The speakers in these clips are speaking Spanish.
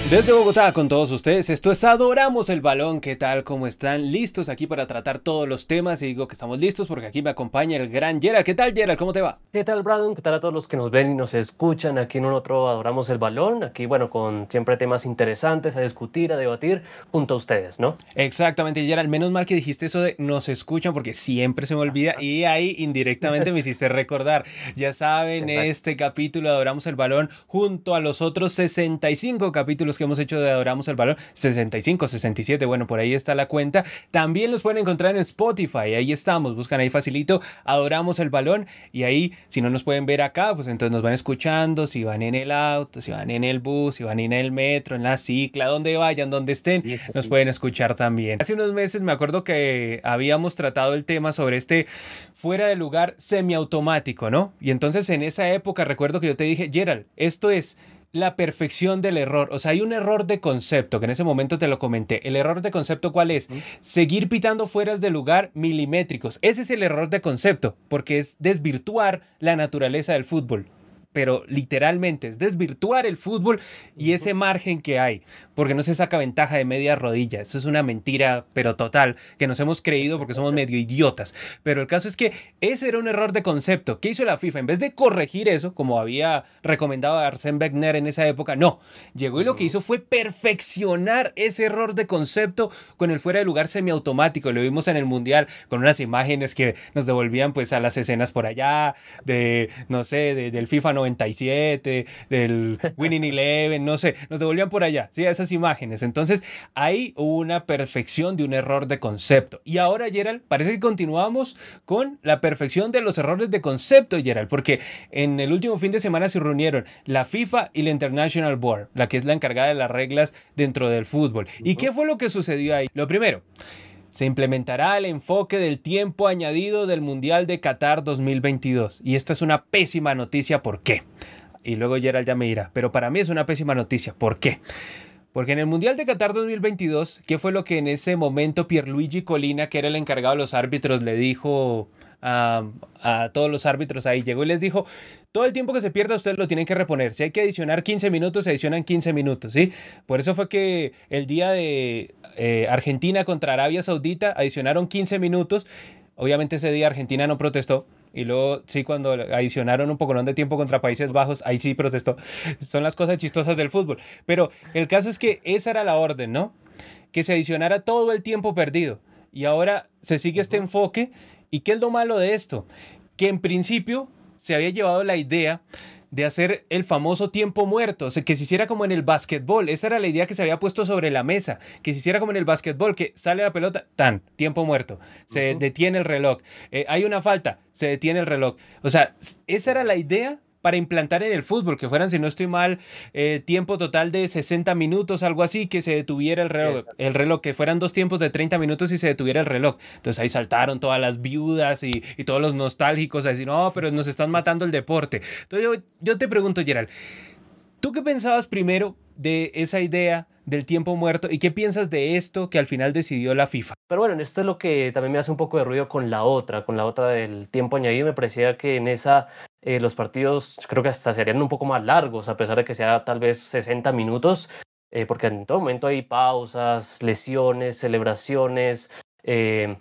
Desde Bogotá con todos ustedes, esto es Adoramos el Balón. ¿Qué tal? ¿Cómo están? ¿Listos aquí para tratar todos los temas? Y digo que estamos listos porque aquí me acompaña el gran Gerald. ¿Qué tal, Gerald? ¿Cómo te va? ¿Qué tal, Brandon? ¿Qué tal a todos los que nos ven y nos escuchan aquí en un otro Adoramos el Balón? Aquí, bueno, con siempre temas interesantes a discutir, a debatir junto a ustedes, ¿no? Exactamente, Gerald. Menos mal que dijiste eso de nos escuchan porque siempre se me olvida y ahí indirectamente me hiciste recordar. Ya saben, Exacto. este capítulo de Adoramos el Balón junto a los otros 65 capítulos que hemos hecho de Adoramos el Balón. 65, 67, bueno, por ahí está la cuenta. También los pueden encontrar en Spotify. Ahí estamos. Buscan ahí facilito Adoramos el Balón y ahí, si no nos pueden ver acá, pues entonces nos van escuchando. Si van en el auto, si van en el bus, si van en el metro, en la cicla, donde vayan, donde estén, Y eso, nos sí. pueden escuchar también. Hace unos meses me acuerdo que habíamos tratado el tema sobre este fuera de lugar semiautomático, ¿no? Y entonces en esa época recuerdo que yo te dije, Gerald, esto es la perfección del error. O sea, hay un error de concepto, que en ese momento te lo comenté. ¿El error de concepto cuál es? Ujú. Seguir pitando fueras de lugar milimétricos. Ese es el error de concepto, porque es desvirtuar la naturaleza del fútbol. Pero literalmente es desvirtuar el fútbol y Ujú. ese margen que hay, porque no se saca ventaja de media rodilla. Eso es una mentira, pero total, que nos hemos creído porque somos medio idiotas. Pero el caso es que ese era un error de concepto. ¿Qué hizo la FIFA? En vez de corregir eso, como había recomendado Arsène Wenger en esa época, no. Llegó y lo que Ujú. hizo fue perfeccionar ese error de concepto con el fuera de lugar semiautomático. Lo vimos en el Mundial con unas imágenes que nos devolvían pues a las escenas por allá, de, no sé, del FIFA 97, del Winning Eleven, no sé, nos devolvían por allá, ¿sí? A esas imágenes. Entonces, ahí hubo una perfección de un error de concepto. Y ahora, Gerald, parece que continuamos con la perfección de los errores de concepto, Gerald, porque en el último fin de semana se reunieron la FIFA y la International Board, la que es la encargada de las reglas dentro del fútbol. ¿Y Ujú. qué fue lo que sucedió ahí? Lo primero, se implementará el enfoque del tiempo añadido del Mundial de Qatar 2022. Y esta es una pésima noticia, ¿por qué? Y luego Gerald ya me dirá, pero para mí es una pésima noticia, ¿por qué? Porque en el Mundial de Qatar 2022, ¿qué fue lo que en ese momento Pierluigi Colina, que era el encargado de los árbitros, le dijo a todos los árbitros ahí? Llegó y les dijo, todo el tiempo que se pierda ustedes lo tienen que reponer. Si hay que adicionar 15 minutos, se adicionan 15 minutos, ¿sí? Por eso fue que el día de Argentina contra Arabia Saudita adicionaron 15 minutos. Obviamente ese día Argentina no protestó. Y luego, sí, cuando adicionaron un poco de tiempo contra Países Bajos, ahí sí protestó. Son las cosas chistosas del fútbol. Pero el caso es que esa era la orden, ¿no? Que se adicionara todo el tiempo perdido. Y ahora se sigue este Ujú. enfoque. ¿Y qué es lo malo de esto? Que en principio se había llevado la idea de hacer el famoso tiempo muerto, o sea, que se hiciera como en el básquetbol. Esa era la idea que se había puesto sobre la mesa, que se hiciera como en el básquetbol, que sale la pelota, tan, tiempo muerto, se Ujú. detiene el reloj. Hay una falta, se detiene el reloj. O sea, esa era la idea para implantar en el fútbol, que fueran, si no estoy mal, tiempo total de 60 minutos, algo así, que se detuviera Exacto. el reloj, que fueran dos tiempos de 30 minutos y se detuviera el reloj. Entonces ahí saltaron todas las viudas y todos los nostálgicos a decir, no, pero nos están matando el deporte. Entonces yo te pregunto, Gerald, ¿tú qué pensabas primero de esa idea del tiempo muerto y qué piensas de esto que al final decidió la FIFA? Pero bueno, esto es lo que también me hace un poco de ruido con la otra del tiempo añadido. Me parecía que en esa los partidos creo que hasta serían un poco más largos, a pesar de que sea tal vez 60 minutos, porque en todo momento hay pausas, lesiones, celebraciones, eh,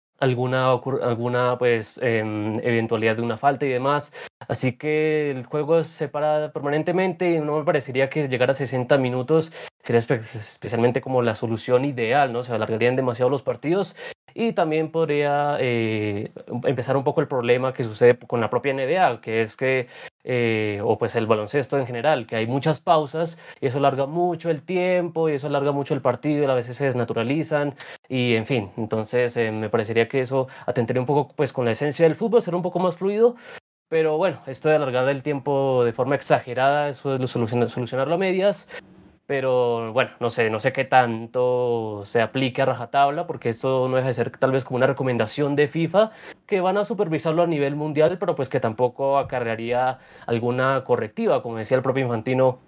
alguna pues eventualidad de una falta y demás. Así que el juego se para permanentemente y no me parecería que llegar a 60 minutos sería especialmente como la solución ideal, ¿no? Se alargarían demasiado los partidos y también podría empezar un poco el problema que sucede con la propia NBA, que es que, o pues el baloncesto en general, que hay muchas pausas y eso alarga mucho el tiempo y eso alarga mucho el partido y a veces se desnaturalizan y en fin, entonces me parecería que eso atentaría un poco pues con la esencia del fútbol, ser un poco más fluido, pero bueno, esto de alargar el tiempo de forma exagerada, eso es solucionarlo a medias, pero bueno, no sé qué tanto se aplique a rajatabla, porque esto no deja de ser tal vez como una recomendación de FIFA, que van a supervisarlo a nivel mundial, pero pues que tampoco acarrearía alguna correctiva, como decía el propio Infantino.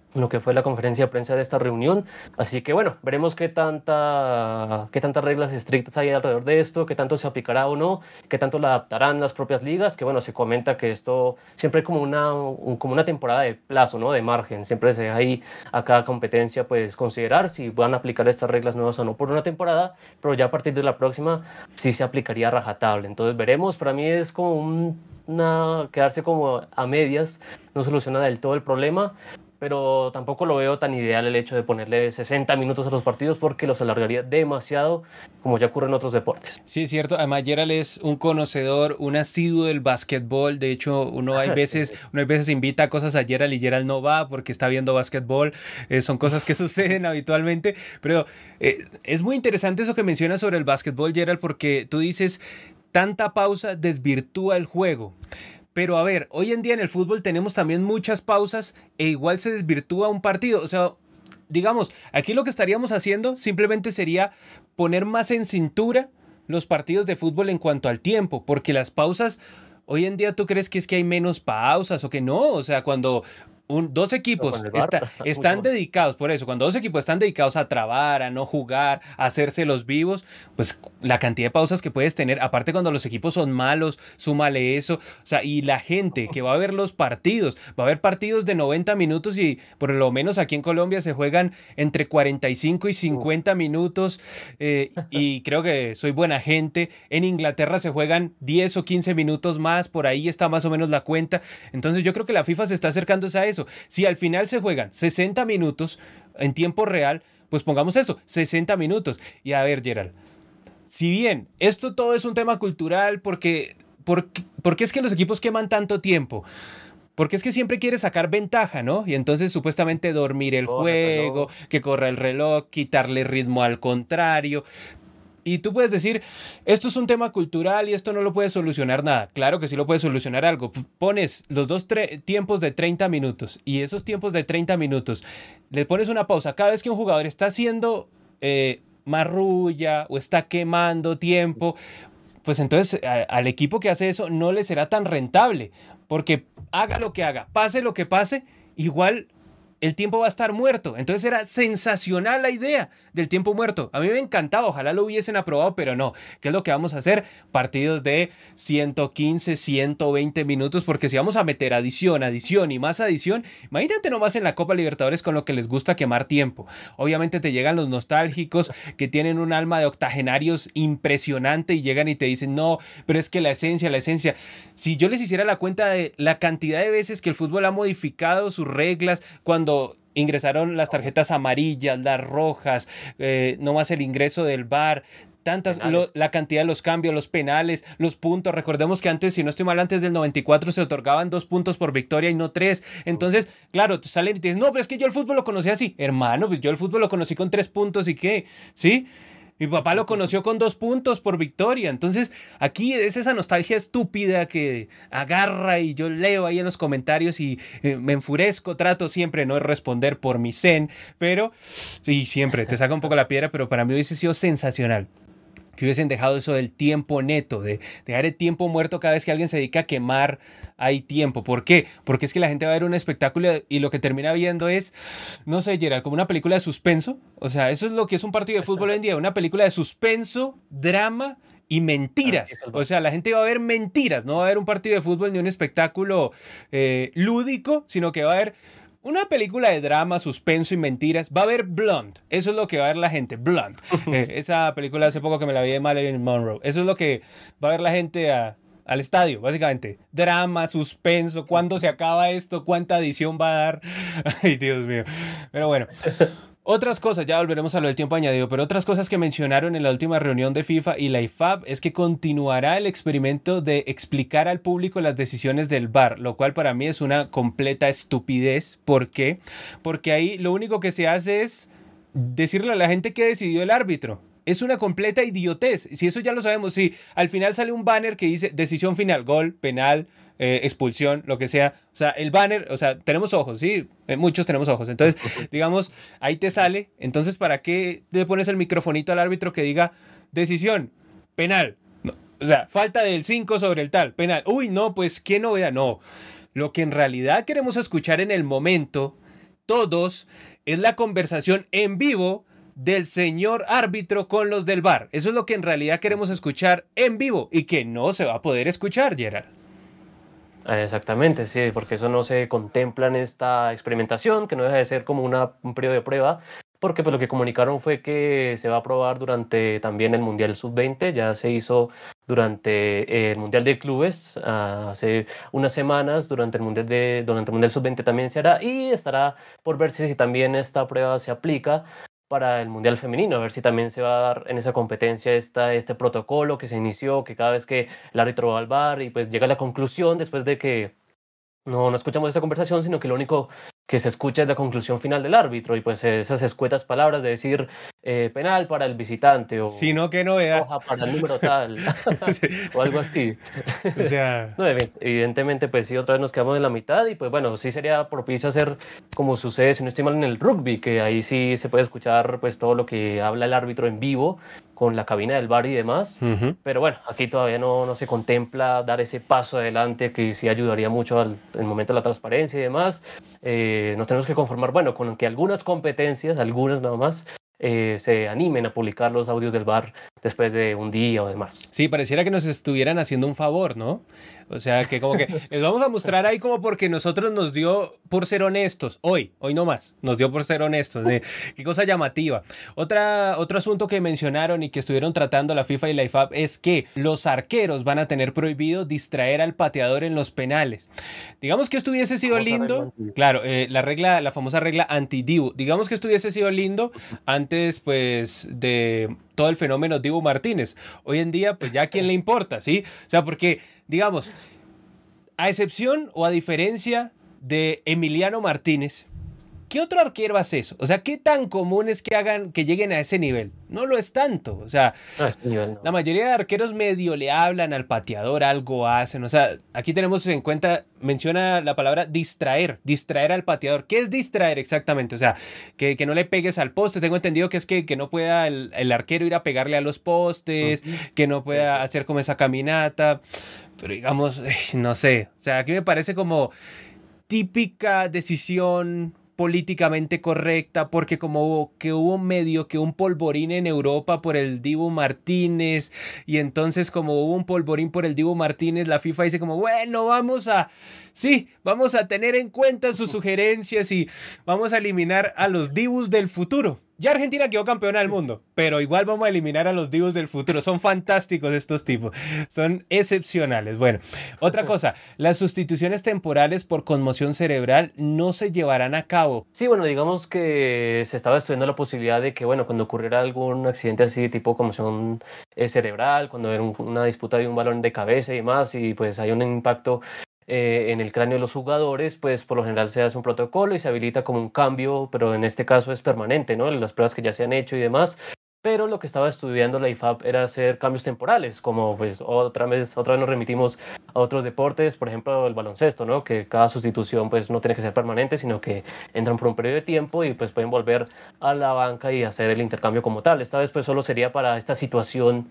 lo que fue la conferencia de prensa de esta reunión. Así que bueno, veremos qué tantas reglas estrictas hay alrededor de esto, qué tanto se aplicará o no, qué tanto la adaptarán las propias ligas, que bueno, se comenta que esto siempre hay como una temporada de plazo, ¿no? De margen, siempre se deja ahí a cada competencia pues considerar si van a aplicar estas reglas nuevas o no por una temporada, pero ya a partir de la próxima sí se aplicaría a rajatabla. Entonces veremos, para mí es como quedarse como a medias, no soluciona del todo el problema, pero tampoco lo veo tan ideal el hecho de ponerle 60 minutos a los partidos porque los alargaría demasiado, como ya ocurre en otros deportes. Sí, es cierto. Además, Gerald es un conocedor, un asiduo del básquetbol. De hecho, uno hay veces invita a cosas a Gerald y Gerald no va porque está viendo básquetbol. Son cosas que suceden habitualmente. Pero es muy interesante eso que mencionas sobre el básquetbol, Gerald, porque tú dices, tanta pausa desvirtúa el juego. Pero a ver, hoy en día en el fútbol tenemos también muchas pausas e igual se desvirtúa un partido. O sea, digamos, aquí lo que estaríamos haciendo simplemente sería poner más en cintura los partidos de fútbol en cuanto al tiempo, porque las pausas, hoy en día tú crees que es que hay menos pausas o que no, o sea, cuando dos equipos están dedicados, por eso, cuando dos equipos están dedicados a trabar, a no jugar, a hacerse los vivos, pues la cantidad de pausas que puedes tener, aparte cuando los equipos son malos, súmale eso, o sea, y la gente que va a ver los partidos, va a haber partidos de 90 minutos y por lo menos aquí en Colombia se juegan entre 45 y 50 minutos y creo que soy buena gente, en Inglaterra se juegan 10 o 15 minutos más, por ahí está más o menos la cuenta, entonces yo creo que la FIFA se está acercando a eso. Si al final se juegan 60 minutos en tiempo real, pues pongamos eso, 60 minutos. Y a ver, Gerald, si bien esto todo es un tema cultural, porque es que los equipos queman tanto tiempo? Porque es que siempre quiere sacar ventaja, ¿no? Y entonces supuestamente dormir el juego, que corra el reloj, quitarle ritmo al contrario. Y tú puedes decir, esto es un tema cultural y esto no lo puede solucionar nada. Claro que sí lo puede solucionar algo. Pones los dos tiempos de 30 minutos y esos tiempos de 30 minutos le pones una pausa. Cada vez que un jugador está haciendo marrulla o está quemando tiempo, pues entonces al equipo que hace eso no le será tan rentable. Porque haga lo que haga, pase lo que pase, igual el tiempo va a estar muerto. Entonces era sensacional la idea del tiempo muerto. A mí me encantaba, ojalá lo hubiesen aprobado, pero no. ¿Qué es lo que vamos a hacer? Partidos de 115, 120 minutos, porque si vamos a meter adición y más adición, imagínate nomás en la Copa Libertadores con lo que les gusta quemar tiempo. Obviamente te llegan los nostálgicos que tienen un alma de octogenarios impresionante y llegan y te dicen, no, pero es que la esencia. Si yo les hiciera la cuenta de la cantidad de veces que el fútbol ha modificado sus reglas, cuando ingresaron las tarjetas amarillas, las rojas, no más el ingreso del VAR, la cantidad de los cambios, los penales, los puntos. Recordemos que antes, si no estoy mal, antes del 94 se otorgaban 2 puntos por victoria y no 3. Entonces, claro, te salen y te dicen, no, pero es que yo el fútbol lo conocí así. Hermano, pues yo el fútbol lo conocí con 3 puntos y ¿qué? ¿Sí? Mi papá lo conoció con 2 puntos por victoria. Entonces, aquí es esa nostalgia estúpida que agarra y yo leo ahí en los comentarios y me enfurezco. Trato siempre no de responder por mi zen, pero sí, siempre te saca un poco la piedra, pero para mí hubiese sido sensacional que hubiesen dejado eso del tiempo neto, de dejar el tiempo muerto cada vez que alguien se dedica a quemar, hay tiempo. ¿Por qué? Porque es que la gente va a ver un espectáculo y lo que termina viendo es, no sé, Gerald, como una película de suspenso. O sea, eso es lo que es un partido de fútbol hoy en día, una película de suspenso, drama y mentiras. O sea, la gente va a ver mentiras, no va a ver un partido de fútbol ni un espectáculo lúdico, sino que va a ver una película de drama, suspenso y mentiras. Va a haber Blonde. Eso es lo que va a ver la gente. Blonde. Esa película hace poco que me la vi de Marilyn Monroe. Eso es lo que va a ver la gente al estadio, básicamente. Drama, suspenso. ¿Cuándo se acaba esto? ¿Cuánta edición va a dar? Ay, Dios mío. Pero bueno. Otras cosas, ya volveremos a lo del tiempo añadido, pero otras cosas que mencionaron en la última reunión de FIFA y la IFAB es que continuará el experimento de explicar al público las decisiones del VAR, lo cual para mí es una completa estupidez. ¿Por qué? Porque ahí lo único que se hace es decirle a la gente qué decidió el árbitro. Es una completa idiotez. Si eso ya lo sabemos, si al final sale un banner que dice decisión final, gol, penal, expulsión, lo que sea. O sea, el banner, o sea, tenemos ojos, ¿sí? Muchos tenemos ojos. Entonces, digamos, ahí te sale. Entonces, ¿para qué le pones el microfonito al árbitro que diga decisión, penal? No, o sea, falta del 5 sobre el tal, penal. Uy, no, pues, ¿qué novedad? No. Lo que en realidad queremos escuchar en el momento todos, es la conversación en vivo del señor árbitro con los del VAR. Eso es lo que en realidad queremos escuchar en vivo y que no se va a poder escuchar, Gerald. Exactamente, sí, porque eso no se contempla en esta experimentación, que no deja de ser como un periodo de prueba, porque pues lo que comunicaron fue que se va a probar durante también el Mundial Sub-20, ya se hizo durante el Mundial de Clubes hace unas semanas, durante el Mundial Sub-20 también se hará, y estará por verse si también esta prueba se aplica para el Mundial Femenino, a ver si también se va a dar en esa competencia este protocolo que se inició, que cada vez que el árbitro va al VAR y pues llega a la conclusión después de que no escuchamos esa conversación, sino que lo único que se escucha es la conclusión final del árbitro y pues esas escuetas palabras de decir penal para el visitante o sino que novedad roja para el número tal sí. o algo así. O sea, no, evidentemente pues sí, otra vez nos quedamos en la mitad y pues bueno, sí sería propicio hacer como sucede, si no estoy mal, en el rugby, que ahí sí se puede escuchar pues todo lo que habla el árbitro en vivo con la cabina del VAR y demás. Pero bueno, aquí todavía no se contempla dar ese paso adelante que sí ayudaría mucho al momento de la transparencia y demás. Nos tenemos que conformar, bueno, con que algunas competencias, algunas nada más, se animen a publicar los audios del VAR después de un día o demás. Sí, pareciera que nos estuvieran haciendo un favor, ¿no? O sea, que como que les vamos a mostrar ahí como porque nosotros nos dio por ser honestos. Hoy no más, nos dio por ser honestos. Qué cosa llamativa. Otro asunto que mencionaron y que estuvieron tratando la FIFA y la IFAB es que los arqueros van a tener prohibido distraer al pateador en los penales. Digamos que esto hubiese sido lindo. Claro, la famosa regla anti-Dibu. Digamos que esto hubiese sido lindo antes, pues, de todo el fenómeno Dibu Martínez. Hoy en día, pues ya a quién le importa, ¿sí? O sea, porque, digamos, a excepción o a diferencia de Emiliano Martínez, ¿qué otro arquero hace eso? O sea, ¿qué tan común es que lleguen a ese nivel? No lo es tanto. O sea, la mayoría de arqueros medio le hablan al pateador, algo hacen. O sea, aquí tenemos en cuenta, menciona la palabra distraer al pateador. ¿Qué es distraer exactamente? O sea, que no le pegues al poste. Tengo entendido que es que no pueda el arquero ir a pegarle a los postes, que no pueda hacer como esa caminata. Pero digamos, no sé. O sea, aquí me parece como típica decisión políticamente correcta, porque como que hubo medio que un polvorín en Europa por el Dibu Martínez, y entonces como hubo un polvorín por el Dibu Martínez, la FIFA dice como, bueno, vamos a tener en cuenta sus sugerencias y vamos a eliminar a los Dibus del futuro. Ya Argentina quedó campeona del mundo, pero igual vamos a eliminar a los Dibus del futuro. Son fantásticos estos tipos, son excepcionales. Bueno, otra cosa, las sustituciones temporales por conmoción cerebral no se llevarán a cabo. Sí, bueno, digamos que se estaba estudiando la posibilidad de que, bueno, cuando ocurriera algún accidente así tipo conmoción cerebral, cuando era una disputa de un balón de cabeza y demás, y pues hay un impacto en el cráneo de los jugadores, pues por lo general se hace un protocolo y se habilita como un cambio, pero en este caso es permanente, ¿no? Las pruebas que ya se han hecho y demás. Pero lo que estaba estudiando la IFAB era hacer cambios temporales, como pues otra vez nos remitimos a otros deportes, por ejemplo el baloncesto, ¿no? Que cada sustitución pues no tiene que ser permanente, sino que entran por un periodo de tiempo y pues pueden volver a la banca y hacer el intercambio como tal. Esta vez pues solo sería para esta situación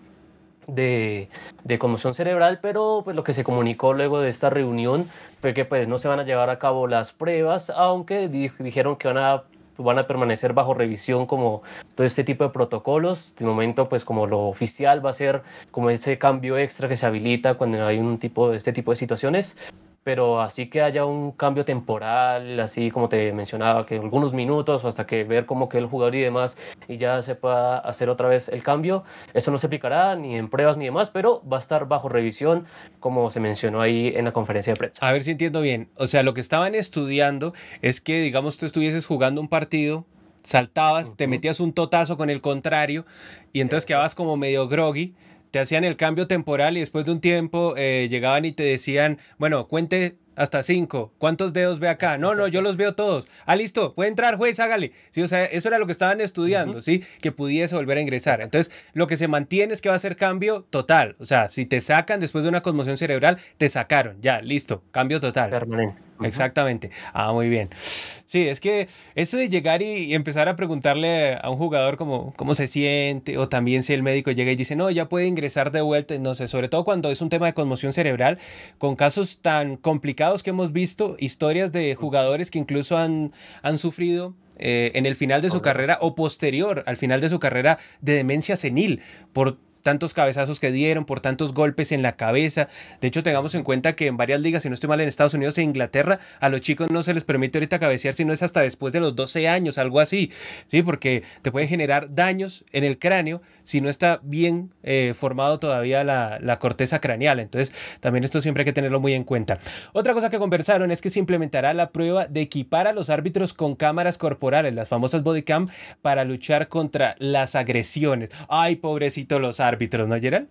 de conmoción cerebral, pero pues lo que se comunicó luego de esta reunión fue que pues no se van a llevar a cabo las pruebas, aunque dijeron que van a permanecer bajo revisión como todo este tipo de protocolos. De momento, pues como lo oficial va a ser como ese cambio extra que se habilita cuando hay este tipo de situaciones. Pero así que haya un cambio temporal, así como te mencionaba, que algunos minutos o hasta que ver cómo quedó el jugador y demás y ya se pueda hacer otra vez el cambio, eso no se aplicará ni en pruebas ni demás, pero va a estar bajo revisión como se mencionó ahí en la conferencia de prensa. A ver si entiendo bien. O sea, lo que estaban estudiando es que, digamos, tú estuvieses jugando un partido, saltabas, te metías un totazo con el contrario y entonces quedabas como medio groggy. Te hacían el cambio temporal y después de un tiempo llegaban y te decían, bueno, cuente hasta 5. ¿Cuántos dedos ve acá? No, yo los veo todos. Ah, listo, puede entrar, juez, hágale. Sí, o sea, eso era lo que estaban estudiando, ¿sí? Que pudiese volver a ingresar. Entonces, lo que se mantiene es que va a ser cambio total. O sea, si te sacan después de una conmoción cerebral, te sacaron. Ya, listo, cambio total. Permanente. Exactamente. Ah, muy bien. Sí, es que eso de llegar y empezar a preguntarle a un jugador cómo se siente, o también si el médico llega y dice, no, ya puede ingresar de vuelta, no sé, sobre todo cuando es un tema de conmoción cerebral, con casos tan complicados que hemos visto, historias de jugadores que incluso han sufrido en el final de su carrera o posterior al final de su carrera de demencia senil por tantos cabezazos que dieron, por tantos golpes en la cabeza. De hecho, tengamos en cuenta que en varias ligas, si no estoy mal, en Estados Unidos e Inglaterra, a los chicos no se les permite ahorita cabecear, sino es hasta después de los 12 años, algo así, ¿sí? Porque te puede generar daños en el cráneo si no está bien formado todavía la corteza craneal. Entonces, también esto siempre hay que tenerlo muy en cuenta. Otra cosa que conversaron es que se implementará la prueba de equipar a los árbitros con cámaras corporales, las famosas body cam, para luchar contra las agresiones. Ay, pobrecito los árbitros, ¿no, Gerald?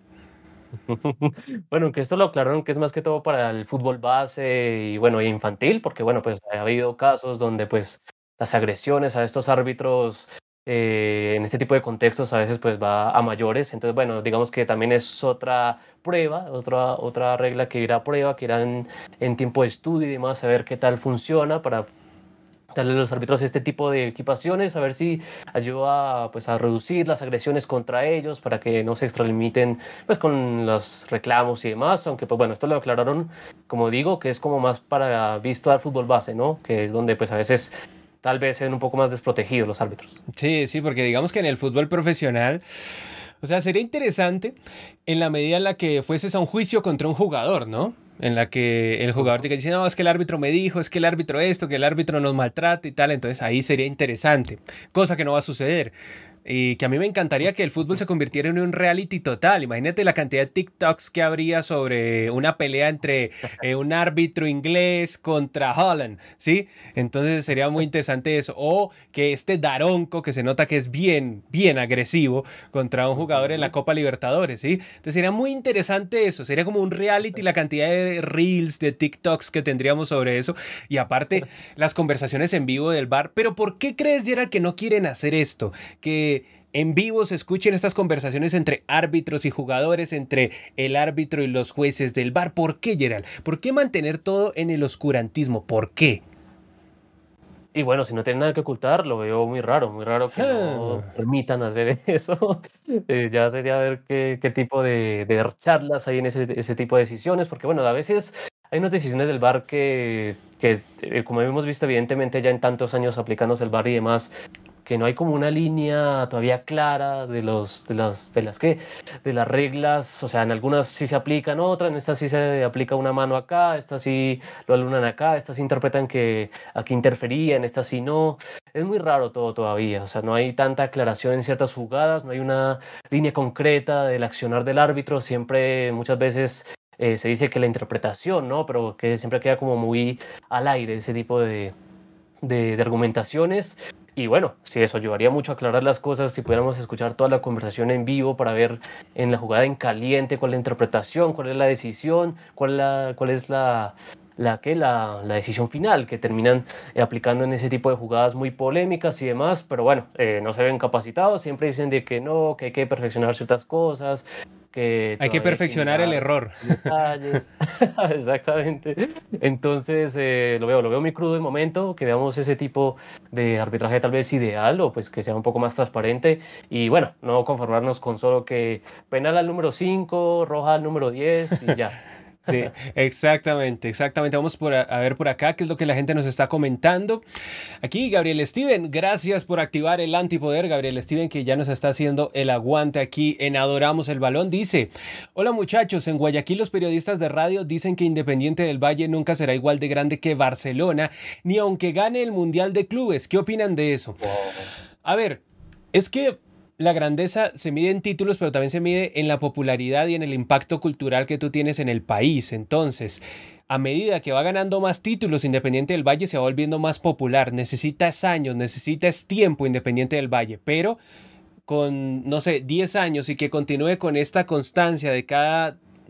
Bueno, que esto lo aclararon que es más que todo para el fútbol base y bueno, y infantil, porque bueno, pues ha habido casos donde pues las agresiones a estos árbitros en este tipo de contextos a veces pues va a mayores. Entonces, bueno, digamos que también es otra prueba, otra regla que irá a prueba, que irá en tiempo de estudio y demás, a ver qué tal funciona para darle a los árbitros este tipo de equipaciones, a ver si ayuda pues, a reducir las agresiones contra ellos para que no se extralimiten pues, con los reclamos y demás, aunque pues bueno, esto lo aclararon, como digo, que es como más para visto al fútbol base, ¿no? Que es donde pues a veces tal vez sean un poco más desprotegidos los árbitros. Sí, sí, porque digamos que en el fútbol profesional, o sea, sería interesante en la medida en la que fueses a un juicio contra un jugador, ¿no? En la que el jugador llega y dice, no, es que el árbitro me dijo, es que el árbitro esto, que el árbitro nos maltrata y tal, entonces ahí sería interesante, cosa que no va a suceder. Y que a mí me encantaría que el fútbol se convirtiera en un reality total. Imagínate la cantidad de TikToks que habría sobre una pelea entre un árbitro inglés contra Holland, ¿sí? Entonces sería muy interesante eso. O que este Daronco, que se nota que es bien, bien agresivo, contra un jugador en la Copa Libertadores, ¿sí? Entonces sería muy interesante eso. Sería como un reality la cantidad de reels, de TikToks que tendríamos sobre eso. Y aparte, las conversaciones en vivo del bar. Pero ¿por qué crees, Gerard, que no quieren hacer esto? Que en vivo se escuchen estas conversaciones entre árbitros y jugadores, entre el árbitro y los jueces del VAR. ¿Por qué, Gerald? ¿Por qué mantener todo en el oscurantismo? ¿Por qué? Y bueno, si no tienen nada que ocultar, lo veo muy raro que no permitan hacer eso. Ya sería ver qué tipo de charlas hay en ese tipo de decisiones, porque bueno, a veces hay unas decisiones del VAR que como hemos visto evidentemente ya en tantos años aplicándose el VAR y demás, que no hay como una línea todavía clara de las reglas, o sea, en algunas sí se aplican otras, en estas sí se aplica una mano acá, estas sí lo alunan acá, estas sí interpretan que aquí interfería, en estas sí no. Es muy raro todo todavía, o sea, no hay tanta aclaración en ciertas jugadas, no hay una línea concreta del accionar del árbitro, siempre muchas veces se dice que la interpretación, ¿no? Pero que siempre queda como muy al aire ese tipo de argumentaciones. Y bueno, sí, eso ayudaría mucho a aclarar las cosas si pudiéramos escuchar toda la conversación en vivo para ver en la jugada en caliente cuál es la interpretación, cuál es la decisión, cuál es la decisión final que terminan aplicando en ese tipo de jugadas muy polémicas y demás, pero bueno, no se ven capacitados, siempre dicen de que no, que hay que perfeccionar ciertas cosas, que Hay que todavía hay que perfeccionar el mirar error. detalles. Exactamente. Entonces, lo veo muy crudo de momento, que veamos ese tipo de arbitraje tal vez ideal o pues que sea un poco más transparente y bueno, no conformarnos con solo que penal al número 5 roja al número 10 y ya. Sí, exactamente, exactamente. Vamos a ver por acá qué es lo que la gente nos está comentando. Aquí Gabriel Steven, gracias por activar el antipoder. Gabriel Steven, que ya nos está haciendo el aguante aquí en Adoramos el Balón, dice: hola muchachos, en Guayaquil los periodistas de radio dicen que Independiente del Valle nunca será igual de grande que Barcelona, ni aunque gane el Mundial de Clubes. ¿Qué opinan de eso? Wow. A ver, es que la grandeza se mide en títulos, pero también se mide en la popularidad y en el impacto cultural que tú tienes en el país. Entonces, a medida que va ganando más títulos, Independiente del Valle se va volviendo más popular. Necesitas años, necesitas tiempo Independiente del Valle, pero con, no sé, 10 años y que continúe con esta constancia de cada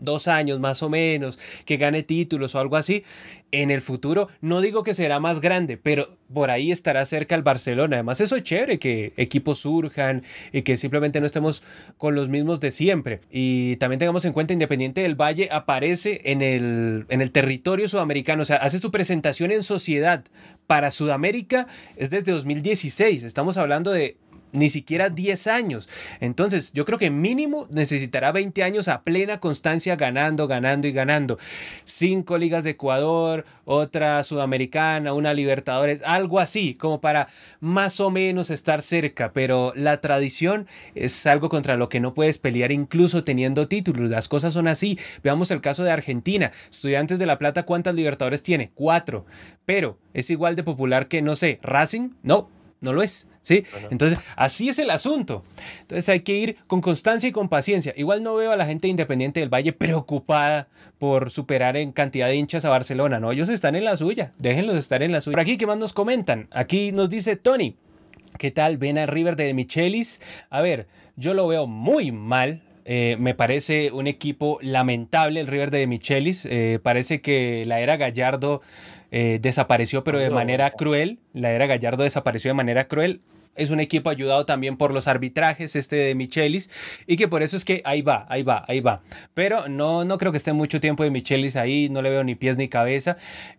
2 años más o menos, que gane títulos o algo así, en el futuro no digo que será más grande, pero por ahí estará cerca el Barcelona. Además, eso es chévere, que equipos surjan y que simplemente no estemos con los mismos de siempre. Y también tengamos en cuenta, Independiente del Valle aparece en el territorio sudamericano, o sea, hace su presentación en sociedad para Sudamérica, es desde 2016. Estamos hablando de ni siquiera 10 años. Entonces, yo creo que mínimo necesitará 20 años a plena constancia, ganando, ganando y ganando. 5 ligas de Ecuador, otra sudamericana, una Libertadores, algo así, como para más o menos estar cerca. Pero la tradición es algo contra lo que no puedes pelear incluso teniendo títulos. Las cosas son así. Veamos el caso de Argentina. Estudiantes de La Plata, ¿cuántas Libertadores tiene? 4. Pero es igual de popular que, no sé, Racing. No lo es, ¿sí? Bueno. Entonces, así es el asunto. Entonces hay que ir con constancia y con paciencia. Igual no veo a la gente Independiente del Valle preocupada por superar en cantidad de hinchas a Barcelona, ¿no? Ellos están en la suya, déjenlos estar en la suya. Por aquí, ¿qué más nos comentan? Aquí nos dice Tony, ¿qué tal? ¿Ven al River de Michelis? A ver, yo lo veo muy mal. Me parece un equipo lamentable el River de Michelis. Parece que la era Gallardo desapareció, pero de manera cruel. La era Gallardo desapareció de manera cruel. Es un equipo ayudado también por los arbitrajes de Michelis, y que por eso es que ahí va. Pero no creo que esté mucho tiempo de Michelis ahí, no le veo ni pies ni cabeza.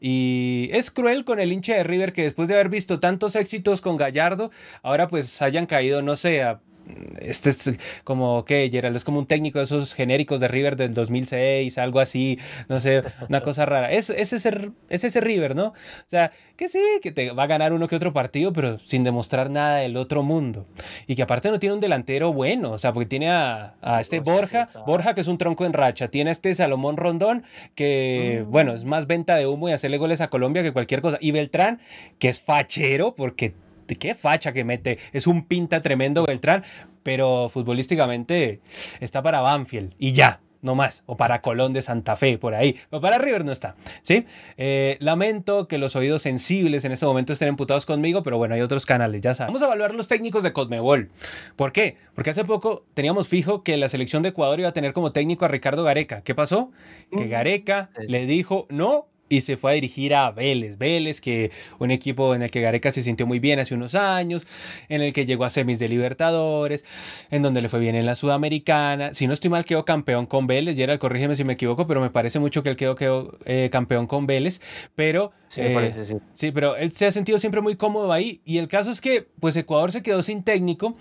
Y es cruel con el hincha de River que después de haber visto tantos éxitos con Gallardo, ahora pues hayan caído, no sé, este es como que Gerald es como un técnico de esos genéricos de River del 2006, algo así, no sé, una cosa rara. Es ese River, ¿no? O sea, que sí, que te va a ganar uno que otro partido, pero sin demostrar nada del otro mundo. Y que aparte no tiene un delantero bueno, o sea, porque tiene a este Borja, que es un tronco en racha, tiene a este Salomón Rondón, que bueno, es más venta de humo y hacerle goles a Colombia que cualquier cosa. Y Beltrán, que es fachero, porque qué facha que mete, es un pinta tremendo Beltrán, pero futbolísticamente está para Banfield y ya, no más, o para Colón de Santa Fe, por ahí, pero para River no está, ¿sí? Lamento que los oídos sensibles en este momento estén emputados conmigo, pero bueno, hay otros canales, ya saben. Vamos a evaluar los técnicos de Conmebol. ¿Por qué? Porque hace poco teníamos fijo que la selección de Ecuador iba a tener como técnico a Ricardo Gareca. ¿Qué pasó? Que Gareca le dijo no, y se fue a dirigir a Vélez, que un equipo en el que Gareca se sintió muy bien hace unos años, en el que llegó a semis de Libertadores, en donde le fue bien en la Sudamericana. Si no estoy mal, quedó campeón con Vélez. Gerald, corrígeme si me equivoco, pero me parece mucho que él quedó campeón con Vélez. Pero sí, me parece, sí. Sí, pero él se ha sentido siempre muy cómodo ahí. Y el caso es que pues Ecuador se quedó sin técnico.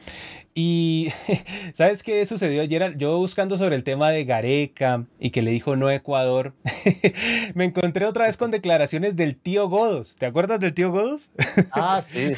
Y ¿sabes qué sucedió ayer? Yo buscando sobre el tema de Gareca y que le dijo no a Ecuador, me encontré otra vez con declaraciones del tío Godos. ¿Te acuerdas del tío Godos? Ah, sí.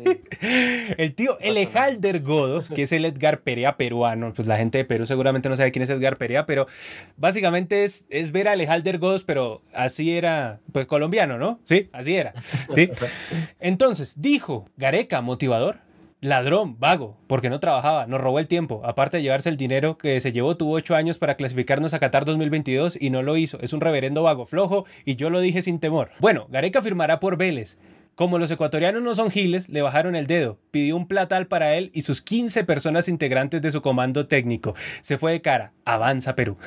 El tío Elejalder Godos, que es el Edgar Perea peruano. Pues la gente de Perú seguramente no sabe quién es Edgar Perea, pero básicamente es ver a Elejalder Godos, pero así era, pues colombiano, ¿no? Sí, así era. ¿Sí? Entonces, dijo Gareca, motivador. Ladrón, vago, porque no trabajaba, nos robó el tiempo. Aparte de llevarse el dinero que se llevó, tuvo 8 años para clasificarnos a Qatar 2022 y no lo hizo. Es un reverendo vago flojo y yo lo dije sin temor. Bueno, Gareca firmará por Vélez. Como los ecuatorianos no son giles, le bajaron el dedo. Pidió un platal para él y sus 15 personas integrantes de su comando técnico. Se fue de cara. Avanza Perú.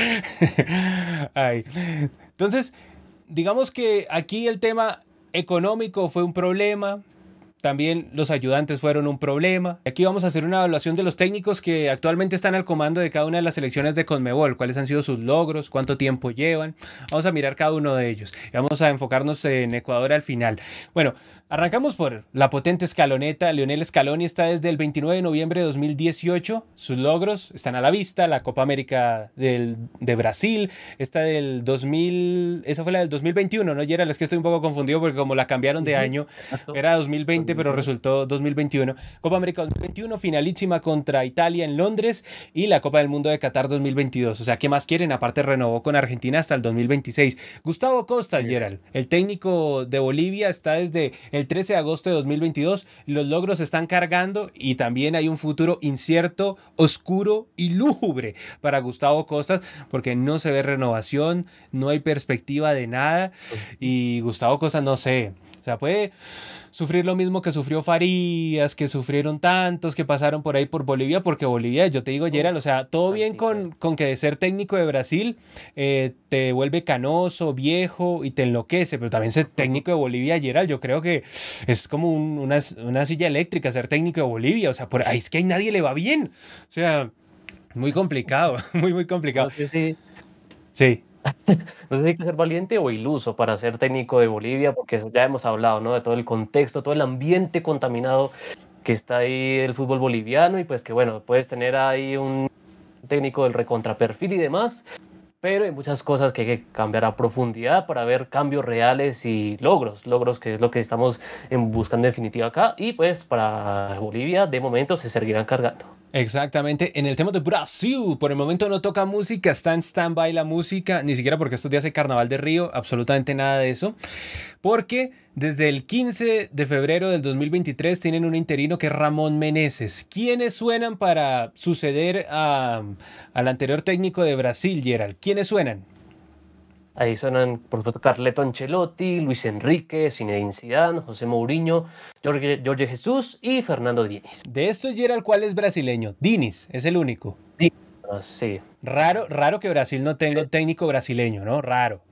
Ay. Entonces, digamos que aquí el tema económico fue un problema. También los ayudantes fueron un problema. Aquí vamos a hacer una evaluación de los técnicos que actualmente están al comando de cada una de las selecciones de Conmebol. ¿Cuáles han sido sus logros? ¿Cuánto tiempo llevan? Vamos a mirar cada uno de ellos. Y vamos a enfocarnos en Ecuador al final. Bueno, arrancamos por la potente escaloneta. Lionel Scaloni está desde el 29 de noviembre de 2018. Sus logros están a la vista. La Copa América de Brasil. Esta del 2000... Esa fue la del 2021, ¿no? Gerald, es que estoy un poco confundido porque como la cambiaron de año, era 2020. Pero resultó 2021. Copa América 2021, finalísima contra Italia en Londres y la Copa del Mundo de Qatar 2022. O sea, ¿qué más quieren? Aparte renovó con Argentina hasta el 2026. Gustavo Costa, Gerald, el técnico de Bolivia, está desde el 13 de agosto de 2022. Los logros se están cargando y también hay un futuro incierto, oscuro y lúgubre para Gustavo Costa porque no se ve renovación, no hay perspectiva de nada y Gustavo Costa, no sé, O sea, puede sufrir lo mismo que sufrió Farías, que sufrieron tantos que pasaron por ahí por Bolivia, porque Bolivia, yo te digo, Gerald, o sea, todo bien con que de ser técnico de Brasil te vuelve canoso, viejo y te enloquece, pero también ser técnico de Bolivia, Gerald, yo creo que es como una silla eléctrica ser técnico de Bolivia, o sea, por ahí es que a nadie le va bien, o sea, muy complicado, muy complicado. No sé si Sí. No sé si hay que ser valiente o iluso para ser técnico de Bolivia, porque ya hemos hablado, ¿no? De todo el contexto, todo el ambiente contaminado que está ahí el fútbol boliviano y pues que bueno, puedes tener ahí un técnico del recontraperfil y demás, pero hay muchas cosas que hay que cambiar a profundidad para ver cambios reales y logros que es lo que estamos buscando en definitiva acá y pues para Bolivia de momento se seguirán cargando. Exactamente, en el tema de Brasil, por el momento no toca música, está en stand-by la música, ni siquiera porque estos días hay Carnaval de Río, absolutamente nada de eso, porque desde el 15 de febrero del 2023 tienen un interino que es Ramón Meneses. ¿Quiénes suenan para suceder al anterior técnico de Brasil, Gerald? ¿Quiénes suenan? Ahí suenan, por supuesto, Carleto Ancelotti, Luis Enrique, Zinedine Zidane, José Mourinho, Jorge Jesús y Fernando Diniz. De estos, Gerald, ¿cuál es brasileño? Diniz, es el único. Sí. Raro que Brasil no tenga un técnico brasileño, ¿no? Raro.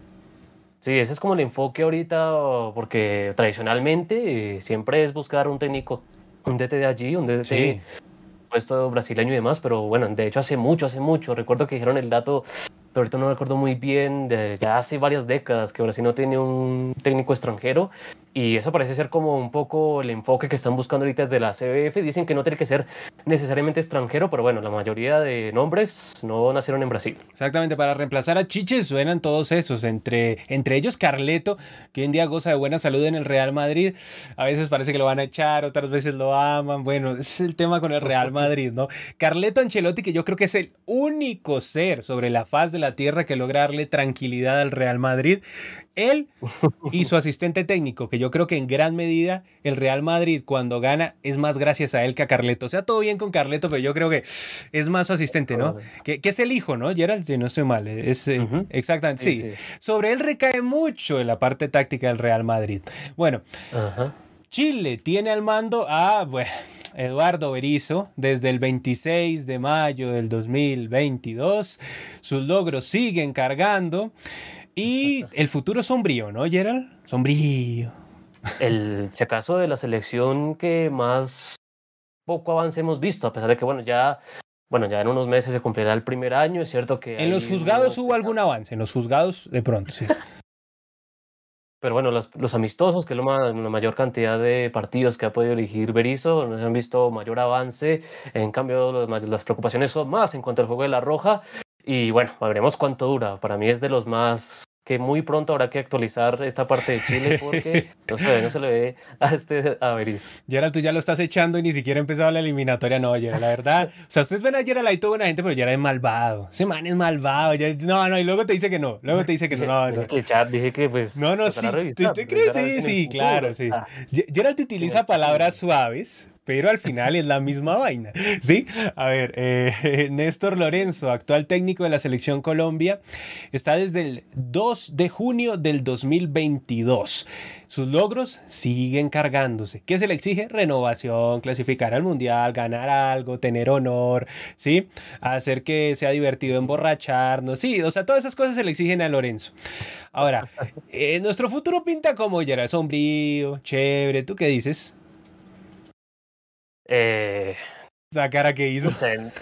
Sí, ese es como el enfoque ahorita, porque tradicionalmente siempre es buscar un técnico, un DT de allí, un DT Sí. puesto brasileño y demás, pero bueno, de hecho hace mucho, recuerdo que dijeron el dato, pero ahorita no me acuerdo muy bien, de ya hace varias décadas que Brasil no tiene un técnico extranjero y eso parece ser como un poco el enfoque que están buscando ahorita desde la CBF. Dicen que no tiene que ser necesariamente extranjero, pero bueno, la mayoría de nombres no nacieron en Brasil. Exactamente, para reemplazar a Chiche suenan todos esos, entre ellos Carleto, que hoy en día goza de buena salud en el Real Madrid. A veces parece que lo van a echar, otras veces lo aman. Bueno, ese es el tema con el Real Madrid, ¿no? Carleto Ancelotti, que yo creo que es el único ser sobre la faz de la tierra que logra darle tranquilidad al Real Madrid. Él y su asistente técnico, que yo creo que en gran medida el Real Madrid cuando gana es más gracias a él que a Carleto. O sea, todo bien con Carleto, pero yo creo que es más su asistente, ¿no? Que es el hijo, ¿no, Gerald? Si no estoy mal. Es, exactamente, sí. Sobre él recae mucho en la parte táctica del Real Madrid. Bueno, Chile tiene al mando a Eduardo Berizzo desde el 26 de mayo del 2022. Sus logros siguen cargando. Y el futuro es sombrío, ¿no, Gerald? Sombrío. Si acaso de la selección que más poco avance hemos visto, a pesar de que, bueno, ya en unos meses se cumplirá el primer año, es cierto que... En los juzgados hubo algún avance, en los juzgados de pronto, sí. Pero bueno, los amistosos, que es la mayor cantidad de partidos que ha podido elegir Berizzo, no se han visto mayor avance. En cambio, las preocupaciones son más en cuanto al juego de la Roja. Y bueno, veremos cuánto dura. Para mí es de los más que muy pronto habrá que actualizar esta parte de Chile porque no se le ve a Berizzo. Gerald, tú ya lo estás echando y ni siquiera ha empezado la eliminatoria. No, Gerald, la verdad. O sea, ustedes ven a Gerald ahí toda buena gente, pero Gerald es malvado. Ese man es malvado. No, y luego te dice que no. Luego te dice que no. Dije que pues... No, sí. ¿Te crees? Sí, claro, sí. Gerald te utiliza palabras suaves, pero al final es la misma vaina, ¿sí? A ver, Néstor Lorenzo, actual técnico de la Selección Colombia, está desde el 2 de junio del 2022. Sus logros siguen cargándose. ¿Qué se le exige? Renovación, clasificar al Mundial, ganar algo, tener honor, ¿sí? Hacer que sea divertido emborracharnos, sí, o sea, todas esas cosas se le exigen a Lorenzo. Ahora, nuestro futuro pinta como Gerald, sombrío, chévere, ¿tú qué dices? Esa cara que hizo. No sé.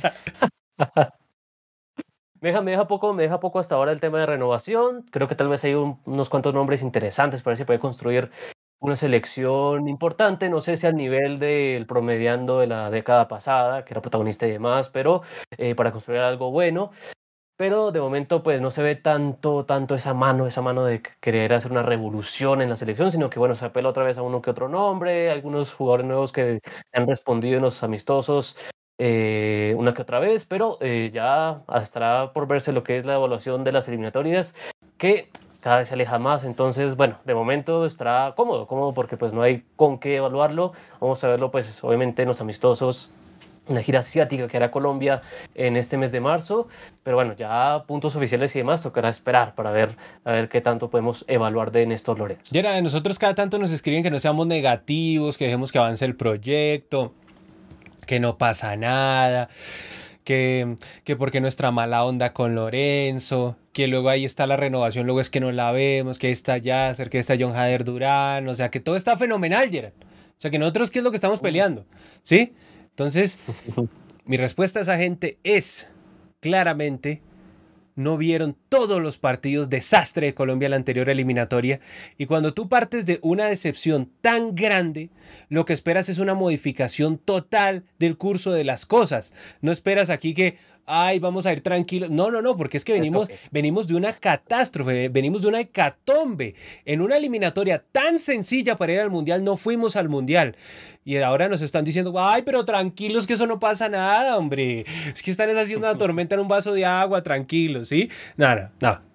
Me deja poco hasta ahora el tema de renovación. Creo que tal vez hay unos cuantos nombres interesantes para ver si puede construir una selección importante. No sé si al nivel del promediando de la década pasada, que era protagonista y demás, pero para construir algo bueno. Pero de momento pues no se ve tanto esa mano de querer hacer una revolución en la selección, sino que bueno, se apela otra vez a uno que otro nombre, algunos jugadores nuevos que han respondido en los amistosos una que otra vez, pero ya estará por verse lo que es la evaluación de las eliminatorias, que cada vez se aleja más. Entonces, bueno, de momento estará cómodo porque pues no hay con qué evaluarlo. Vamos a verlo pues obviamente en los amistosos una gira asiática que hará Colombia en este mes de marzo, pero bueno, ya puntos oficiales y demás tocará esperar para ver a ver qué tanto podemos evaluar de Néstor Lorenzo. Yera, nosotros cada tanto nos escriben que no seamos negativos, que dejemos que avance el proyecto, que no pasa nada, que porque nuestra mala onda con Lorenzo, que luego ahí está la renovación, luego es que no la vemos, que está Yasser, que está John Jader Durán, o sea que todo está fenomenal, Gerard. O sea que nosotros, ¿qué es lo que estamos peleando? ¿Sí? Entonces, mi respuesta a esa gente es, claramente, no vieron todos los partidos desastre de Colombia en la anterior eliminatoria, y cuando tú partes de una decepción tan grande, lo que esperas es una modificación total del curso de las cosas. No esperas aquí que, ay, vamos a ir tranquilos. No, porque es que venimos de una catástrofe, venimos de una hecatombe. En una eliminatoria tan sencilla para ir al Mundial, no fuimos al Mundial. Y ahora nos están diciendo, ay, pero tranquilos que eso no pasa nada, hombre. Es que están haciendo una tormenta en un vaso de agua, tranquilos, ¿sí? Nada.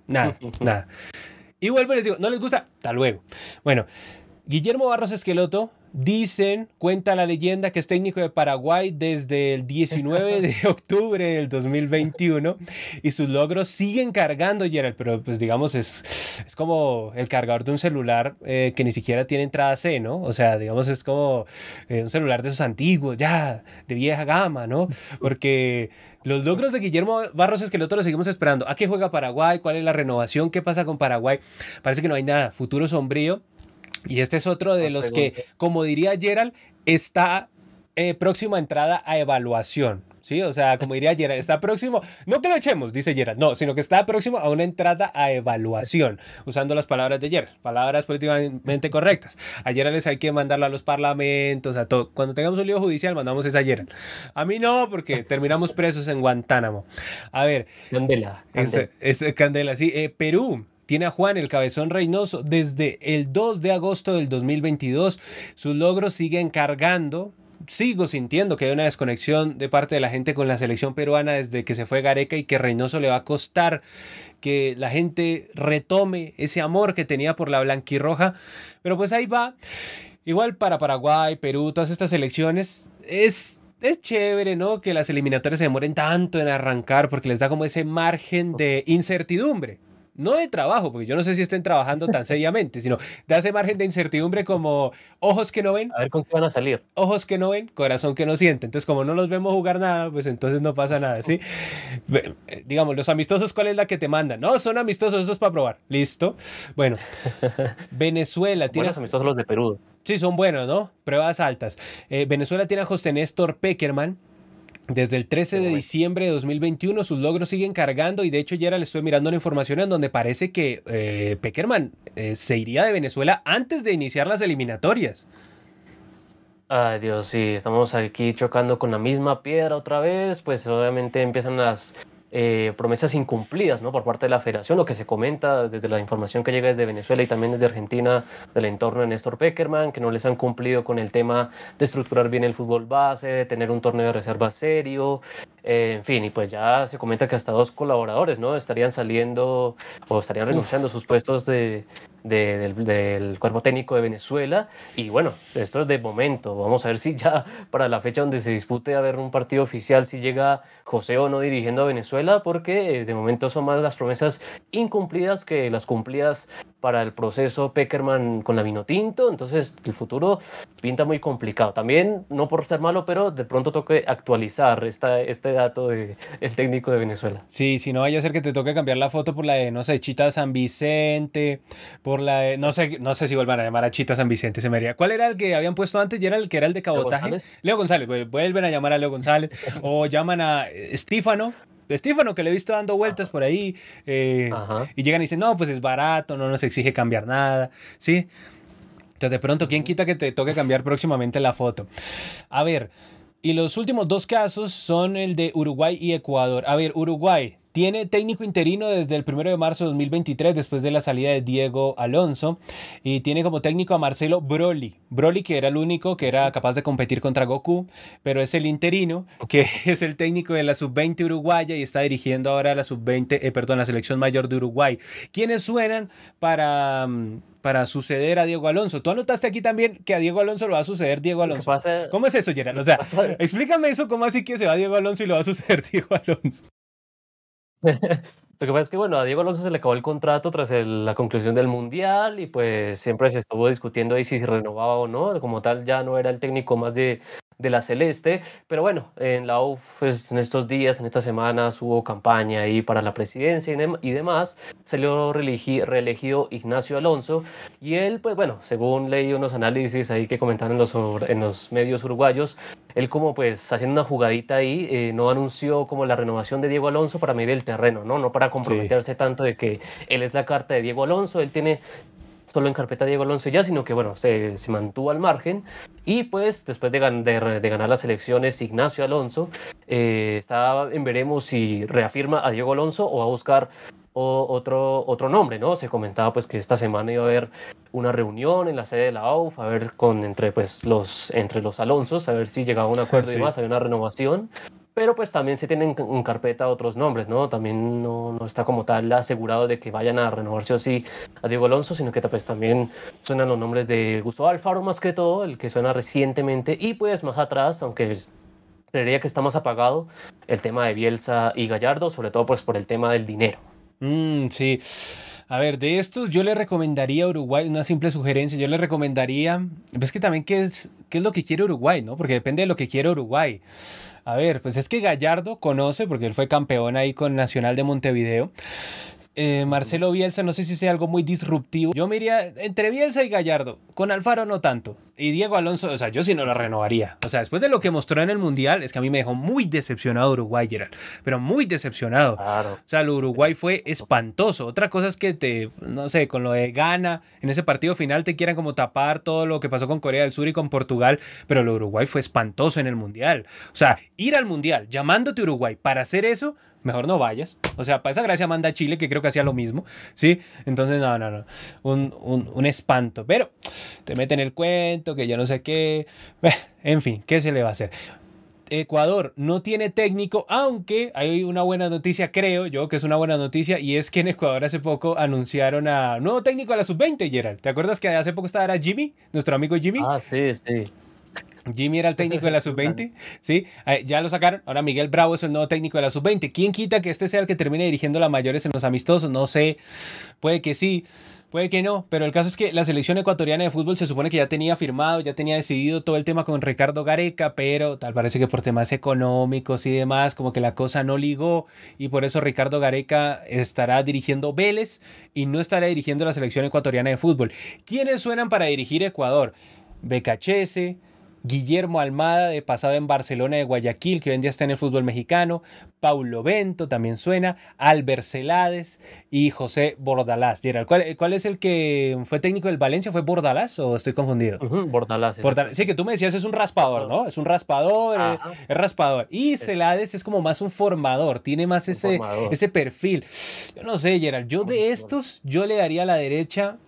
Y vuelvo y les digo, ¿no les gusta? Hasta luego. Bueno, Guillermo Barros Esqueloto, cuenta la leyenda que es técnico de Paraguay desde el 19 de octubre del 2021 y sus logros siguen cargando, Gerald, pero pues digamos es como el cargador de un celular que ni siquiera tiene entrada C, ¿no? O sea, digamos es como un celular de esos antiguos, ya, de vieja gama, ¿no? Porque los logros de Guillermo Barros Esqueloto los seguimos esperando. ¿A qué juega Paraguay? ¿Cuál es la renovación? ¿Qué pasa con Paraguay? Parece que no hay nada. Futuro sombrío. Y este es otro de los que, como diría Gerald, está próximo a entrada a evaluación. ¿Sí? O sea, como diría Gerald, está próximo, no que lo echemos, dice Gerald, no, sino que está próximo a una entrada a evaluación, usando las palabras de Gerald, palabras políticamente correctas. A Gerald les hay que mandarlo a los parlamentos, a todo. Cuando tengamos un lío judicial, mandamos esa a Gerald. A mí no, porque terminamos presos en Guantánamo. A ver. Candela. Candela, sí. Perú tiene a Juan el Cabezón Reynoso desde el 2 de agosto del 2022. Sus logros siguen cargando. Sigo sintiendo que hay una desconexión de parte de la gente con la selección peruana desde que se fue Gareca y que Reynoso le va a costar que la gente retome ese amor que tenía por la blanquirroja. Pero pues ahí va. Igual para Paraguay, Perú, todas estas selecciones es chévere, ¿no? Que las eliminatorias se demoren tanto en arrancar porque les da como ese margen de incertidumbre. No de trabajo, porque yo no sé si estén trabajando tan seriamente, sino de ese margen de incertidumbre como ojos que no ven. A ver con qué van a salir. Ojos que no ven, corazón que no siente. Entonces, como no los vemos jugar nada, pues entonces no pasa nada, ¿sí? Digamos, los amistosos, ¿cuál es la que te mandan? No, son amistosos, eso es para probar. Listo. Bueno, Venezuela tiene... Buenos amistosos los de Perú. Sí, son buenos, ¿no? Pruebas altas. Venezuela tiene a José Néstor Pekerman. Desde el 13 de diciembre de 2021 sus logros siguen cargando y de hecho ya le estoy mirando la información en donde parece que Pekerman se iría de Venezuela antes de iniciar las eliminatorias. Ay Dios, sí, estamos aquí chocando con la misma piedra otra vez, pues obviamente empiezan las promesas incumplidas, ¿no? Por parte de la federación, lo que se comenta desde la información que llega desde Venezuela y también desde Argentina del entorno de Néstor Pekerman, que no les han cumplido con el tema de estructurar bien el fútbol base, de tener un torneo de reserva serio, en fin, y pues ya se comenta que hasta 2 colaboradores, ¿no? Estarían saliendo o estarían renunciando a sus puestos del cuerpo técnico de Venezuela. Y bueno, esto es de momento. Vamos a ver si ya para la fecha donde se dispute a ver un partido oficial, si llega José o no dirigiendo a Venezuela, porque de momento son más las promesas incumplidas que las cumplidas para el proceso Pekerman con la Vinotinto. Entonces el futuro pinta muy complicado. También, no por ser malo, pero de pronto toque actualizar este dato del técnico de Venezuela. Sí, si no vaya a ser que te toque cambiar la foto por la de, no sé, Chita San Vicente, por la de, no sé si vuelvan a llamar a Chita San Vicente, se me haría. ¿Cuál era el que habían puesto antes? ¿Ya era el que era el de cabotaje? Leo González, vuelven a llamar a Leo González, o llaman a Estífano, que le he visto dando vueltas por ahí, y llegan y dicen, no, pues es barato, no nos exige cambiar nada, ¿sí? Entonces de pronto, ¿quién quita que te toque cambiar próximamente la foto? A ver, y los últimos 2 casos son el de Uruguay y Ecuador. A ver, Uruguay tiene técnico interino desde el 1 de marzo de 2023, después de la salida de Diego Alonso, y tiene como técnico a Marcelo Broly. Broly, que era el único que era capaz de competir contra Goku, pero es el interino, que es el técnico de la sub-20 uruguaya y está dirigiendo ahora la la selección mayor de Uruguay. ¿Quiénes suenan para suceder a Diego Alonso? Tú anotaste aquí también que a Diego Alonso lo va a suceder Diego Lo que Alonso. pasa, ¿Cómo es eso, Gerard? lo O que sea, pasa explícame eso, ¿cómo así que se va Diego Alonso y lo va a suceder Diego Alonso? Lo que pasa es que, bueno, a Diego Alonso se le acabó el contrato tras la conclusión del Mundial y pues siempre se estuvo discutiendo ahí si se renovaba o no. Como tal, ya no era el técnico más de la Celeste. Pero bueno, en la UF, pues, en estos días, en estas semanas, hubo campaña ahí para la presidencia y demás. Salió reelegido Ignacio Alonso y él, pues bueno, según leí unos análisis ahí que comentaron en los medios uruguayos, él como pues haciendo una jugadita ahí, no anunció como la renovación de Diego Alonso para medir el terreno, ¿no? No para Sí. comprometerse tanto de que él es la carta de Diego Alonso, él tiene solo en carpeta Diego Alonso y ya, sino que bueno, se mantuvo al margen y pues después de ganar las elecciones Ignacio Alonso está en veremos si reafirma a Diego Alonso o va a buscar otro nombre, ¿no? Se comentaba pues que esta semana iba a haber una reunión en la sede de la AUF, a ver entre los Alonsos, a ver si llegaba a un acuerdo y Sí. demás, había una renovación. Pero pues también se tienen en carpeta otros nombres, ¿no? También no está como tal asegurado de que vayan a renovarse o sí a Diego Alonso, sino que pues también suenan los nombres de Gustavo Alfaro más que todo, el que suena recientemente, y pues más atrás, aunque creería que está más apagado, el tema de Bielsa y Gallardo, sobre todo pues por el tema del dinero. Sí. A ver, de estos yo le recomendaría a Uruguay, una simple sugerencia, yo le recomendaría, ves que también qué es lo que quiere Uruguay, ¿no? Porque depende de lo que quiere Uruguay. A ver, pues es que Gallardo conoce, porque él fue campeón ahí con Nacional de Montevideo. Ujú. Marcelo Bielsa, no sé si sea algo muy disruptivo. Yo me iría entre Bielsa y Gallardo. Con Alfaro no tanto. Y Diego Alonso, o sea, yo sí no lo renovaría. O sea, después de lo que mostró en el Mundial, es que a mí me dejó muy decepcionado Uruguay, Gerard. Pero muy decepcionado. Claro. O sea, el Uruguay fue espantoso. Otra cosa es que no sé, con lo de Ghana, en ese partido final te quieran como tapar todo lo que pasó con Corea del Sur y con Portugal. Pero el Uruguay fue espantoso en el Mundial. O sea, ir al Mundial llamándote Uruguay para hacer eso, mejor no vayas. O sea, para esa gracia manda a Chile, que creo que hacía lo mismo, ¿sí? Entonces, no. Un espanto. Pero te meten el cuento, que yo no sé qué. En fin, ¿qué se le va a hacer? Ecuador no tiene técnico, aunque hay una buena noticia, creo yo que es una buena noticia, y es que en Ecuador hace poco anunciaron a nuevo técnico a la sub-20, Gerald. ¿Te acuerdas que hace poco estaba Jimmy, nuestro amigo Jimmy? Ah, sí, sí. Jimmy era el técnico de la sub-20, ¿sí? Ya lo sacaron. Ahora Miguel Bravo es el nuevo técnico de la sub-20. ¿Quién quita que este sea el que termine dirigiendo las mayores en los amistosos? No sé. Puede que sí, puede que no. Pero el caso es que la selección ecuatoriana de fútbol se supone que ya tenía firmado, ya tenía decidido todo el tema con Ricardo Gareca, pero tal parece que por temas económicos y demás, como que la cosa no ligó y por eso Ricardo Gareca estará dirigiendo Vélez y no estará dirigiendo la selección ecuatoriana de fútbol. ¿Quiénes suenan para dirigir Ecuador? Becachese, Guillermo Almada, de pasado en Barcelona de Guayaquil, que hoy en día está en el fútbol mexicano, Paulo Bento también suena, Albert Celades y José Bordalás. Gerald, ¿cuál es el que fue técnico del Valencia? ¿Fue Bordalás o estoy confundido? Ujú, Bordalás, Bordalás. exacto. Sí, que tú me decías es un raspador, Raspador. ¿no? Es un raspador, Ajá, es raspador. Y es Celades es como más un formador, tiene más un formador. ese perfil. Yo no sé, Gerald, yo de estos, yo le daría la derecha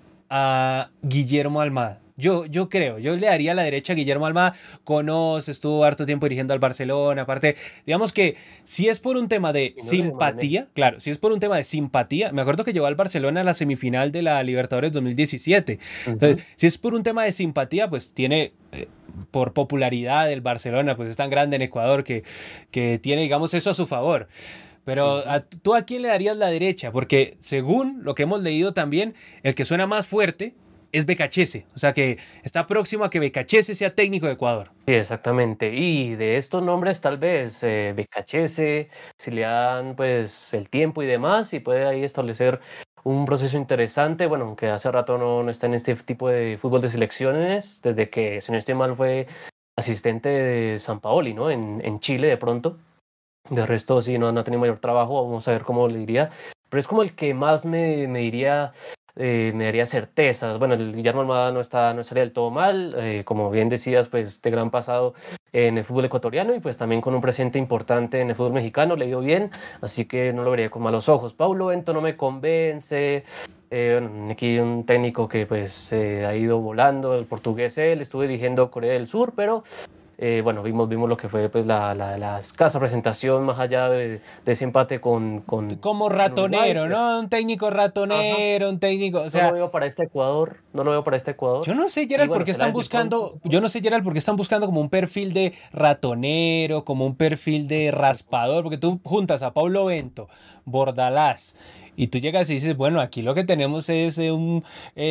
a Guillermo Almada. Yo creo, yo le daría la derecha a Guillermo Almada. Conoce, estuvo harto tiempo dirigiendo al Barcelona. Aparte, digamos que si es por un tema de Y no le Mané. simpatía, claro, si es por un tema de simpatía, me acuerdo que llevó al Barcelona a la semifinal de la Libertadores 2017. Entonces, Ujú. si es por un tema de simpatía, pues tiene por popularidad el Barcelona, pues es tan grande en Ecuador que tiene, digamos, eso a su favor. Pero Ujú. ¿tú a quién le darías la derecha? Porque según lo que hemos leído también, el que suena más fuerte es Becachese. O sea que está próximo a que Becachese sea técnico de Ecuador. Sí, exactamente. Y de estos nombres, tal vez Becachese, si le dan pues el tiempo y demás, y puede ahí establecer un proceso interesante. Bueno, aunque hace rato no está en este tipo de fútbol de selecciones, desde que, si no estoy mal, fue asistente de Sampaoli, ¿no? En Chile de pronto. De resto, sí, no ha tenido mayor trabajo. Vamos a ver cómo le iría. Pero es como el que más me diría. me daría certezas. Bueno, el Guillermo Almada no estaría del todo mal, como bien decías, pues de gran pasado en el fútbol ecuatoriano y pues también con un presente importante en el fútbol mexicano, le dio bien, así que no lo vería con malos ojos. Paulo Bento no me convence. Bueno, aquí un técnico que pues ha ido volando, el portugués él, estuve dirigiendo Corea del Sur, pero bueno, vimos lo que fue pues la escasa presentación más allá de ese empate con Como Uruguay. ratonero, Pues, ¿no? Un técnico ajá, ratonero, un técnico, o no lo sea, veo para este Ecuador, no lo veo para este Ecuador. yo no sé, Y Gerald, por bueno, qué están Celades de pronto. buscando, yo no sé, Gerald, por qué están buscando como un perfil de ratonero, como un perfil de raspador, porque tú juntas a Paulo Bento, Bordalás, y tú llegas y dices, bueno, aquí lo que tenemos es un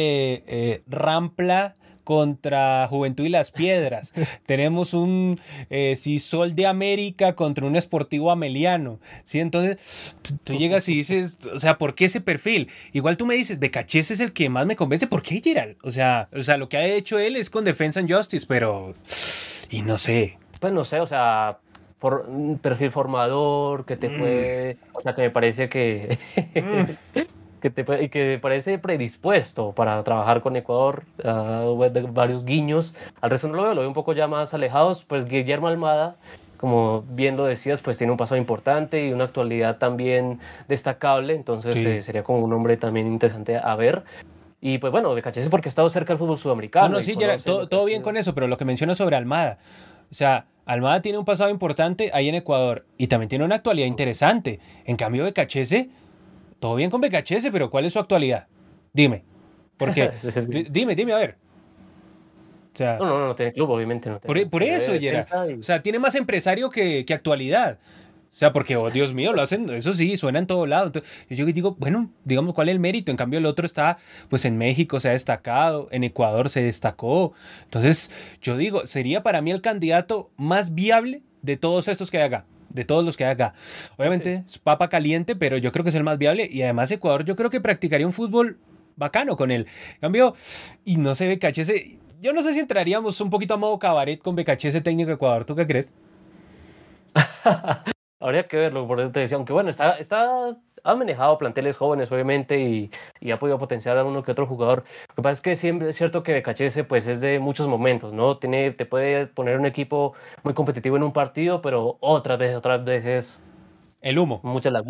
Rampla contra Juventud y las Piedras. Tenemos un sí, Sol de América contra un Sportivo Ameliano. ¿Sí? Entonces, tú llegas y dices, o sea, ¿por qué ese perfil? Igual tú me dices, Becachés es el que más me convence. ¿Por qué, Gerald? O sea, lo que ha hecho él es con Defensa and Justice, pero... Y no sé. Pues no sé, o sea, un perfil formador que te Mm, puede, o sea, que me parece que, mm. y que me parece predispuesto para trabajar con Ecuador, ha dado varios guiños. Al resto no lo veo un poco ya más alejados. Pues Guillermo Almada, como bien lo decías, pues tiene un pasado importante y una actualidad también destacable, entonces Sí. sería como un hombre también interesante a ver. Y pues bueno, Becachese porque ha estado cerca del fútbol No, sudamericano no, y sí, Gerald, conoce lo que ha todo bien con sido. eso, pero lo que mencionas sobre Almada. O sea, Almada tiene un pasado importante ahí en Ecuador y también tiene una actualidad interesante. En cambio, Becachese, todo bien con Becachese, pero ¿cuál es su actualidad? Dime. Porque, Sí, sí, sí. dime, a ver. O sea, No tiene club, obviamente no tiene. por Salió eso, de Gerald. defensa O y sea, tiene más empresario que actualidad. O sea, porque, oh, Dios mío, lo hacen, eso sí, suena en todo lado. Entonces, yo digo, bueno, digamos, ¿cuál es el mérito? En cambio, el otro está, pues en México se ha destacado, en Ecuador se destacó. Entonces, yo digo, sería para mí el candidato más viable de todos estos que hay acá. De todos los que hay acá. no, sí. Obviamente, es papa caliente, pero yo creo que es el más viable. Y además, Ecuador, yo creo que practicaría un fútbol bacano con él. En cambio, y no sé, BKHS. Yo no sé si entraríamos un poquito a modo cabaret con BKHS técnico de Ecuador. ¿Tú qué crees? Habría que verlo, por eso te decía, aunque bueno, ha manejado planteles jóvenes, obviamente, y ha podido potenciar a uno que otro jugador. Lo que pasa es que siempre es cierto que Becachese, pues, es de muchos momentos, ¿no? Te puede poner un equipo muy competitivo en un partido, pero otras veces El humo.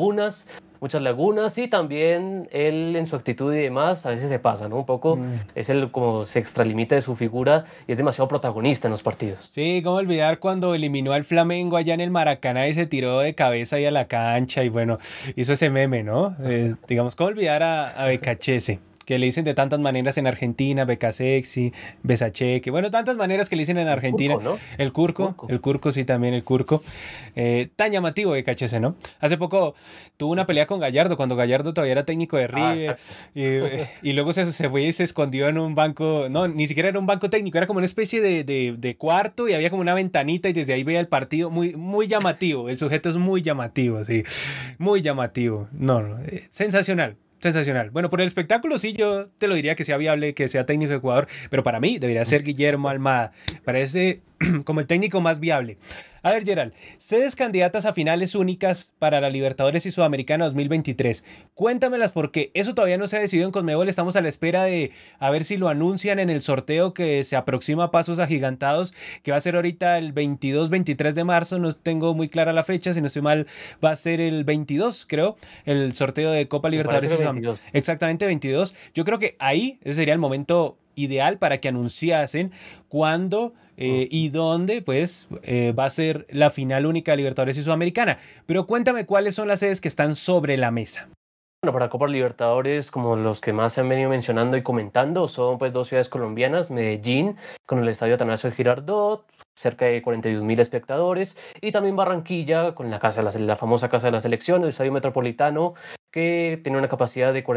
muchas lagunas y también él en su actitud y demás a veces se pasa, ¿no? Un poco Mm. es el como se extralimita de su figura y es demasiado protagonista en los partidos. Sí, cómo olvidar cuando eliminó al Flamengo allá en el Maracaná y se tiró de cabeza ahí a la cancha y bueno, hizo ese meme, ¿no? Digamos, cómo olvidar a Becachese, que le dicen de tantas maneras en Argentina, Becasexy, Besacheque, bueno, tantas maneras que le dicen en El Argentina. Curco, ¿no? Curco. El Curco, sí, también el Curco. Tan llamativo Becachese, ¿no? Hace poco tuvo una pelea con Gallardo, cuando Gallardo todavía era técnico de Ah, River, exacto. y luego se fue y se escondió en un banco, no, ni siquiera era un banco técnico, era como una especie de cuarto y había como una ventanita y desde ahí veía el partido, muy, muy llamativo, el sujeto es muy llamativo, sí, muy llamativo, no, sensacional. Sensacional. Bueno, por el espectáculo sí, yo te lo diría que sea viable, que sea técnico de Ecuador, pero para mí debería ser Guillermo Almada. Parece como el técnico más viable. A ver, Gerald, sedes candidatas a finales únicas para la Libertadores y Sudamericana 2023. Cuéntamelas porque eso todavía no se ha decidido en Conmebol. Estamos a la espera de a ver si lo anuncian en el sorteo que se aproxima a pasos agigantados, que va a ser ahorita el 22-23 de marzo. No tengo muy clara la fecha, si no estoy mal, va a ser el 22, creo, el sorteo de Copa Me parece Libertadores que y Sudamericana. 22. Exactamente 22. Yo creo que ahí ese sería el momento ideal para que anunciasen cuándo y dónde pues va a ser la final única de Libertadores y Sudamericana. Pero cuéntame cuáles son las sedes que están sobre la mesa. Bueno, para Copa Libertadores, como los que más se han venido mencionando y comentando, son pues dos ciudades colombianas, Medellín, con el Estadio Atanasio Girardot, cerca de 42.000 espectadores, y también Barranquilla, con la famosa Casa de la Selección, el Estadio Metropolitano, que tiene una capacidad de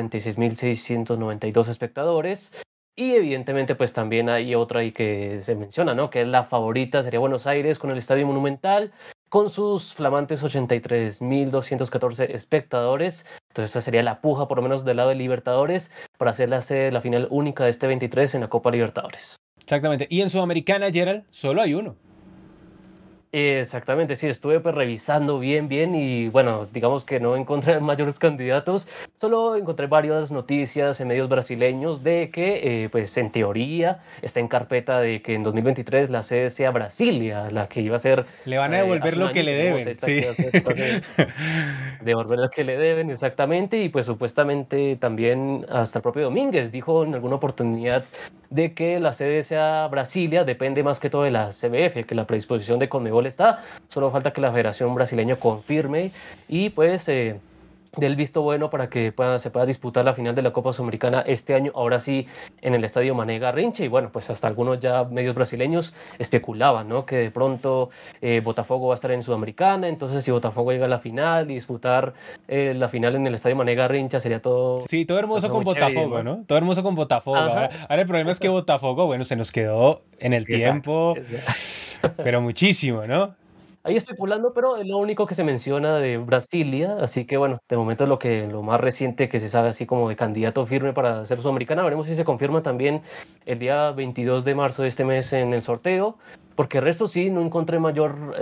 46.692 espectadores. Y evidentemente, pues también hay otra ahí que se menciona, ¿no? Que es la favorita, sería Buenos Aires, con el Estadio Monumental, con sus flamantes 83.214 espectadores. Entonces esa sería la puja, por lo menos del lado de Libertadores, para hacer la sede de la final única de este 23 en la Copa Libertadores. Exactamente. Y en Sudamericana, Gerald, solo hay uno. Exactamente, sí, estuve pues revisando bien y bueno, digamos que no encontré mayores candidatos, solo encontré varias noticias en medios brasileños de que pues en teoría está en carpeta de que en 2023 la sede sea Brasilia, la que iba a ser Le van a devolver hace un lo que año, le tenemos deben, esta sí. que va a ser esta sede. Devolver lo que le deben, exactamente, y pues supuestamente también hasta el propio Domínguez dijo en alguna oportunidad de que la sede sea Brasilia, depende más que todo de la CBF, que la predisposición de Conmebol está, solo falta que la Federación Brasileña confirme y pues del visto bueno para que se pueda disputar la final de la Copa Sudamericana este año, ahora sí en el Estadio Mané Garrincha, y bueno, pues hasta algunos ya medios brasileños especulaban, ¿no? Que de pronto Botafogo va a estar en Sudamericana, entonces si Botafogo llega a la final y disputar la final en el Estadio Mané Garrincha sería todo, Sí, todo pues, hermoso con muy chévere y Botafogo, demás. ¿no? Todo hermoso con Botafogo. Ahora, Ajá, ahora el problema es que Botafogo, bueno, se nos quedó en el exacto. tiempo, pero muchísimo, ¿no? Ahí especulando, pero es lo único que se menciona de Brasilia, así que bueno, de momento es lo más reciente que se sabe así como de candidato firme para ser sudamericana. Veremos si se confirma también el día 22 de marzo de este mes en el sorteo, porque el resto sí, no encontré mayor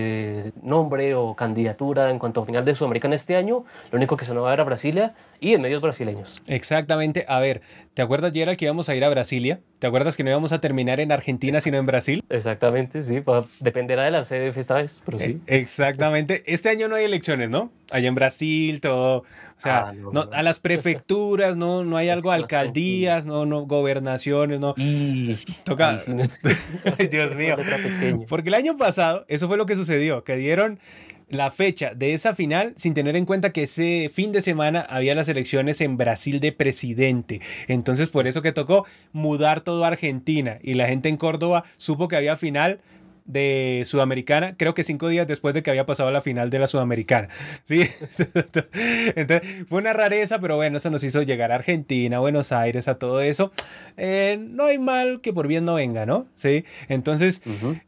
nombre o candidatura en cuanto a final de Sudamericana este año. Lo único que sonaba era Brasilia y en medios brasileños. Exactamente. A ver, ¿te acuerdas, Gerald, que íbamos a ir a Brasilia? ¿Te acuerdas que no íbamos a terminar en Argentina, sino en Brasil? Exactamente, sí, dependerá de la CBF esta vez, pero sí. Exactamente. Este año no hay elecciones, ¿no? Allá en Brasil, todo. O sea, Ah, no, no, no, a no. las prefecturas, no, no hay algo, Más tranquilo. alcaldías, no, no, gobernaciones, no. Y ahí Toca. sí, no. Ay, Dios Más mío. letra pequeña. Porque el año pasado, eso fue lo que sucedió, que dieron la fecha de esa final sin tener en cuenta que ese fin de semana había las elecciones en Brasil de presidente. Entonces, por eso que tocó mudar todo a Argentina. Y la gente en Córdoba supo que había final de Sudamericana, creo que 5 días después de que había pasado la final de la Sudamericana. ¿Sí? Entonces, fue una rareza, pero bueno, eso nos hizo llegar a Argentina, a Buenos Aires, a todo eso. No hay mal que por bien no venga, ¿no? Sí. Entonces, Ujú.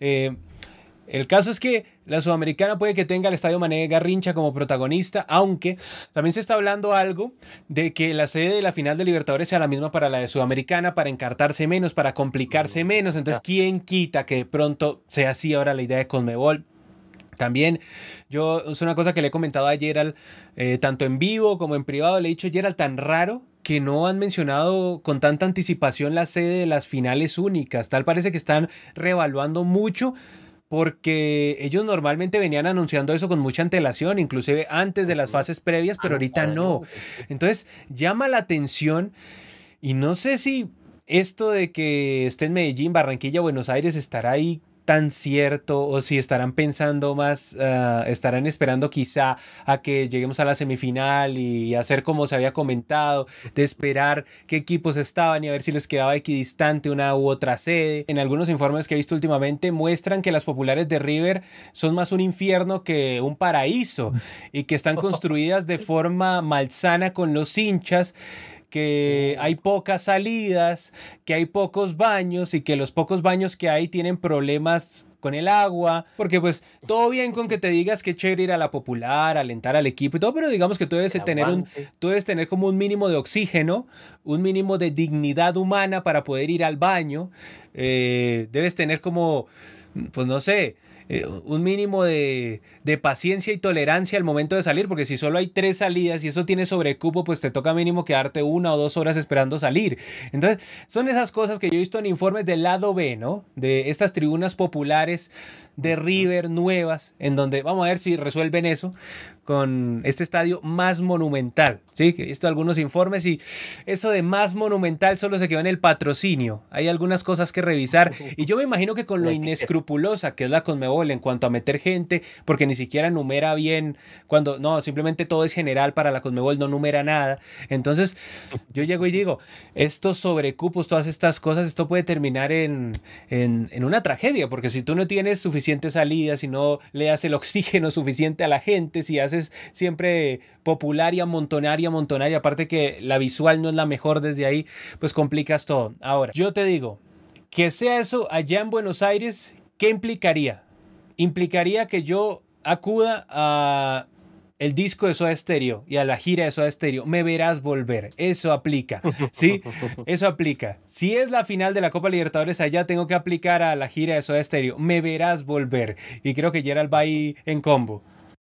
el caso es que la Sudamericana puede que tenga el Estadio Mané Garrincha como protagonista, aunque también se está hablando algo de que la sede de la final de Libertadores sea la misma para la de Sudamericana, para encartarse menos, para complicarse menos. Entonces, Ya. ¿quién quita que de pronto sea así ahora la idea de Conmebol? También yo, es una cosa que le he comentado a Gerald, tanto en vivo como en privado, le he dicho, Gerald, tan raro que no han mencionado con tanta anticipación la sede de las finales únicas. Tal parece que están reevaluando mucho porque ellos normalmente venían anunciando eso con mucha antelación, inclusive antes de las Ujú. fases previas, pero Más ahorita no. adelante, sí. Entonces llama la atención y no sé si esto de que esté en Medellín, Barranquilla, Buenos Aires estará ahí tan cierto o si estarán pensando más, estarán esperando quizá a que lleguemos a la semifinal y hacer como se había comentado, de esperar qué equipos estaban y a ver si les quedaba equidistante una u otra sede. En algunos informes que he visto últimamente muestran que las populares de River son más un infierno que un paraíso y que están construidas de forma malsana con los hinchas, que hay pocas salidas, que hay pocos baños y que los pocos baños que hay tienen problemas con el agua, porque pues todo bien con que te digas que chévere ir a la popular, alentar al equipo y todo, pero digamos que El aguante. tú debes tener como un mínimo de oxígeno, un mínimo de dignidad humana para poder ir al baño, debes tener como, pues no sé, un mínimo de paciencia y tolerancia al momento de salir, porque si solo hay 3 salidas y eso tiene sobrecupo, pues te toca mínimo quedarte 1 o 2 horas esperando salir. Entonces, son esas cosas que yo he visto en informes del lado B, ¿no? De estas tribunas populares de Ujú. River nuevas, en donde vamos a ver si resuelven eso con este estadio más monumental, ¿sí? Que he visto algunos informes y eso de más monumental solo se quedó en el patrocinio. Hay algunas cosas que revisar y yo me imagino que con lo La etiqueta. inescrupulosa que es la Conmebol en cuanto a meter gente, porque ni siquiera numera bien cuando, no, simplemente todo es general para la Conmebol, no numera nada. Entonces, yo llego y digo, estos sobrecupos, todas estas cosas, esto puede terminar en una tragedia, porque si tú no tienes suficiente salida, si no le das el oxígeno suficiente a la gente, si haces siempre popular y amontonar, y aparte que la visual no es la mejor desde ahí, pues complicas todo. Ahora, yo te digo, que sea eso allá en Buenos Aires, ¿qué implicaría? Implicaría que yo acuda a el disco de Soda Stereo y a la gira de Soda Stereo, me verás volver. Eso aplica, ¿sí? Eso aplica. Si es la final de la Copa Libertadores allá, tengo que aplicar a la gira de Soda Stereo. Me verás volver. Y creo que Gerald va ahí en combo.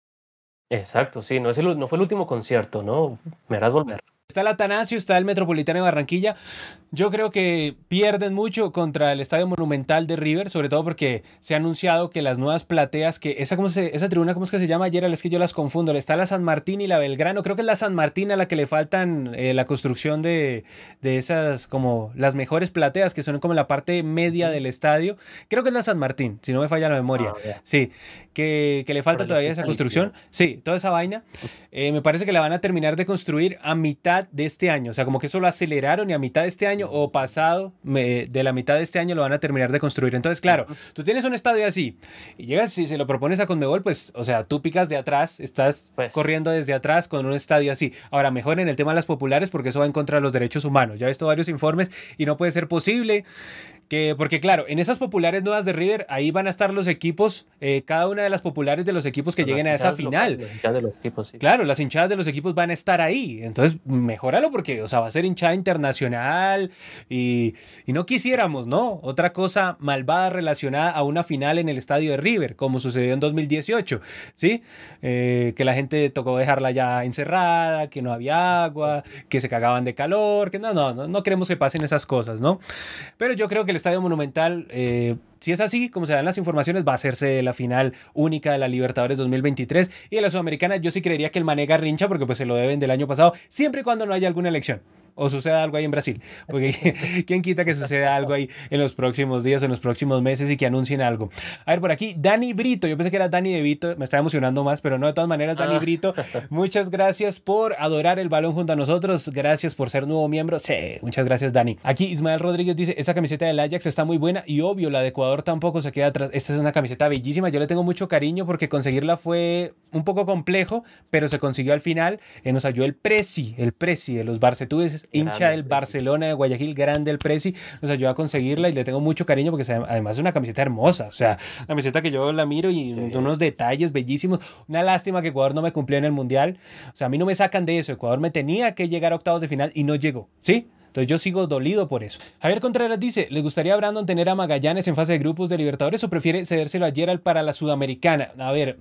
Exacto, sí, no fue el último concierto, ¿no? Me harás volver. Está el Atanasio, está el Metropolitano de Barranquilla. Yo creo que pierden mucho contra el Estadio Monumental de River, sobre todo porque se ha anunciado que las nuevas plateas, esa tribuna, ¿cómo es que se llama? Ayer es que yo las confundo. Está la San Martín y la Belgrano. Creo que es la San Martín a la que le faltan la construcción de esas como las mejores plateas, que son como la parte media del estadio. Creo que es la San Martín, si no me falla la memoria. Sí, que le falta todavía esa construcción. Sí, toda esa vaina. Me parece que la van a terminar de construir a mitad de este año, o sea, como que eso lo aceleraron y a mitad de este año o pasado de la mitad de este año lo van a terminar de construir. Entonces, claro, tú tienes un estadio así y llegas y se lo propones a Conmebol, pues, o sea, tú picas de atrás, estás corriendo desde atrás con un estadio así. Ahora, mejor en el tema de las populares porque eso va en contra de los derechos humanos. Ya he visto varios informes y no puede ser posible porque claro, en esas populares nuevas de River, ahí van a estar los equipos, cada una de las populares de los equipos que lleguen a esa final. De los equipos, sí. Claro, las hinchadas de los equipos van a estar ahí. Entonces, mejóralo porque, o sea, va a ser hinchada internacional y no quisiéramos, ¿no? Otra cosa malvada relacionada a una final en el estadio de River, como sucedió en 2018, ¿sí? Que la gente tocó dejarla ya encerrada, que no había agua, que se cagaban de calor, que no queremos que pasen esas cosas, ¿no? Pero yo creo que el Estadio Monumental, si es así, como se dan las informaciones, va a hacerse la final única de la Libertadores 2023 y de la Sudamericana. Yo sí creería que el Mané Garrincha, porque pues se lo deben del año pasado, siempre y cuando no haya alguna elección o suceda algo ahí en Brasil, porque quién quita que suceda algo ahí en los próximos días o en los próximos meses y que anuncien algo. A ver, por aquí, Dani Brito, yo pensé que era Dani De Vito, me estaba emocionando más, pero no, de todas maneras, Dani Brito, muchas gracias por adorar el balón junto a nosotros, gracias por ser nuevo miembro, sí, muchas gracias, Dani. Aquí Ismael Rodríguez dice, esa camiseta del Ajax está muy buena y obvio, la de Ecuador tampoco se queda atrás. Esta es una camiseta bellísima, yo le tengo mucho cariño porque conseguirla fue un poco complejo, pero se consiguió al final, nos ayudó el Prezi de los barcetudes, hincha del Barcelona de Guayaquil, grande el Prezi, nos ayudó a conseguirla y le tengo mucho cariño porque además es una camiseta hermosa, o sea, una camiseta que yo la miro y unos detalles bellísimos. Una lástima que Ecuador no me cumplió en el Mundial, o sea, a mí no me sacan de eso, Ecuador me tenía que llegar a octavos de final y no llegó, ¿sí? Entonces yo sigo dolido por eso. Javier Contreras dice, ¿le gustaría a Brandon tener a Magallanes en fase de grupos de Libertadores o prefiere cedérselo a Gerald para la Sudamericana? A ver,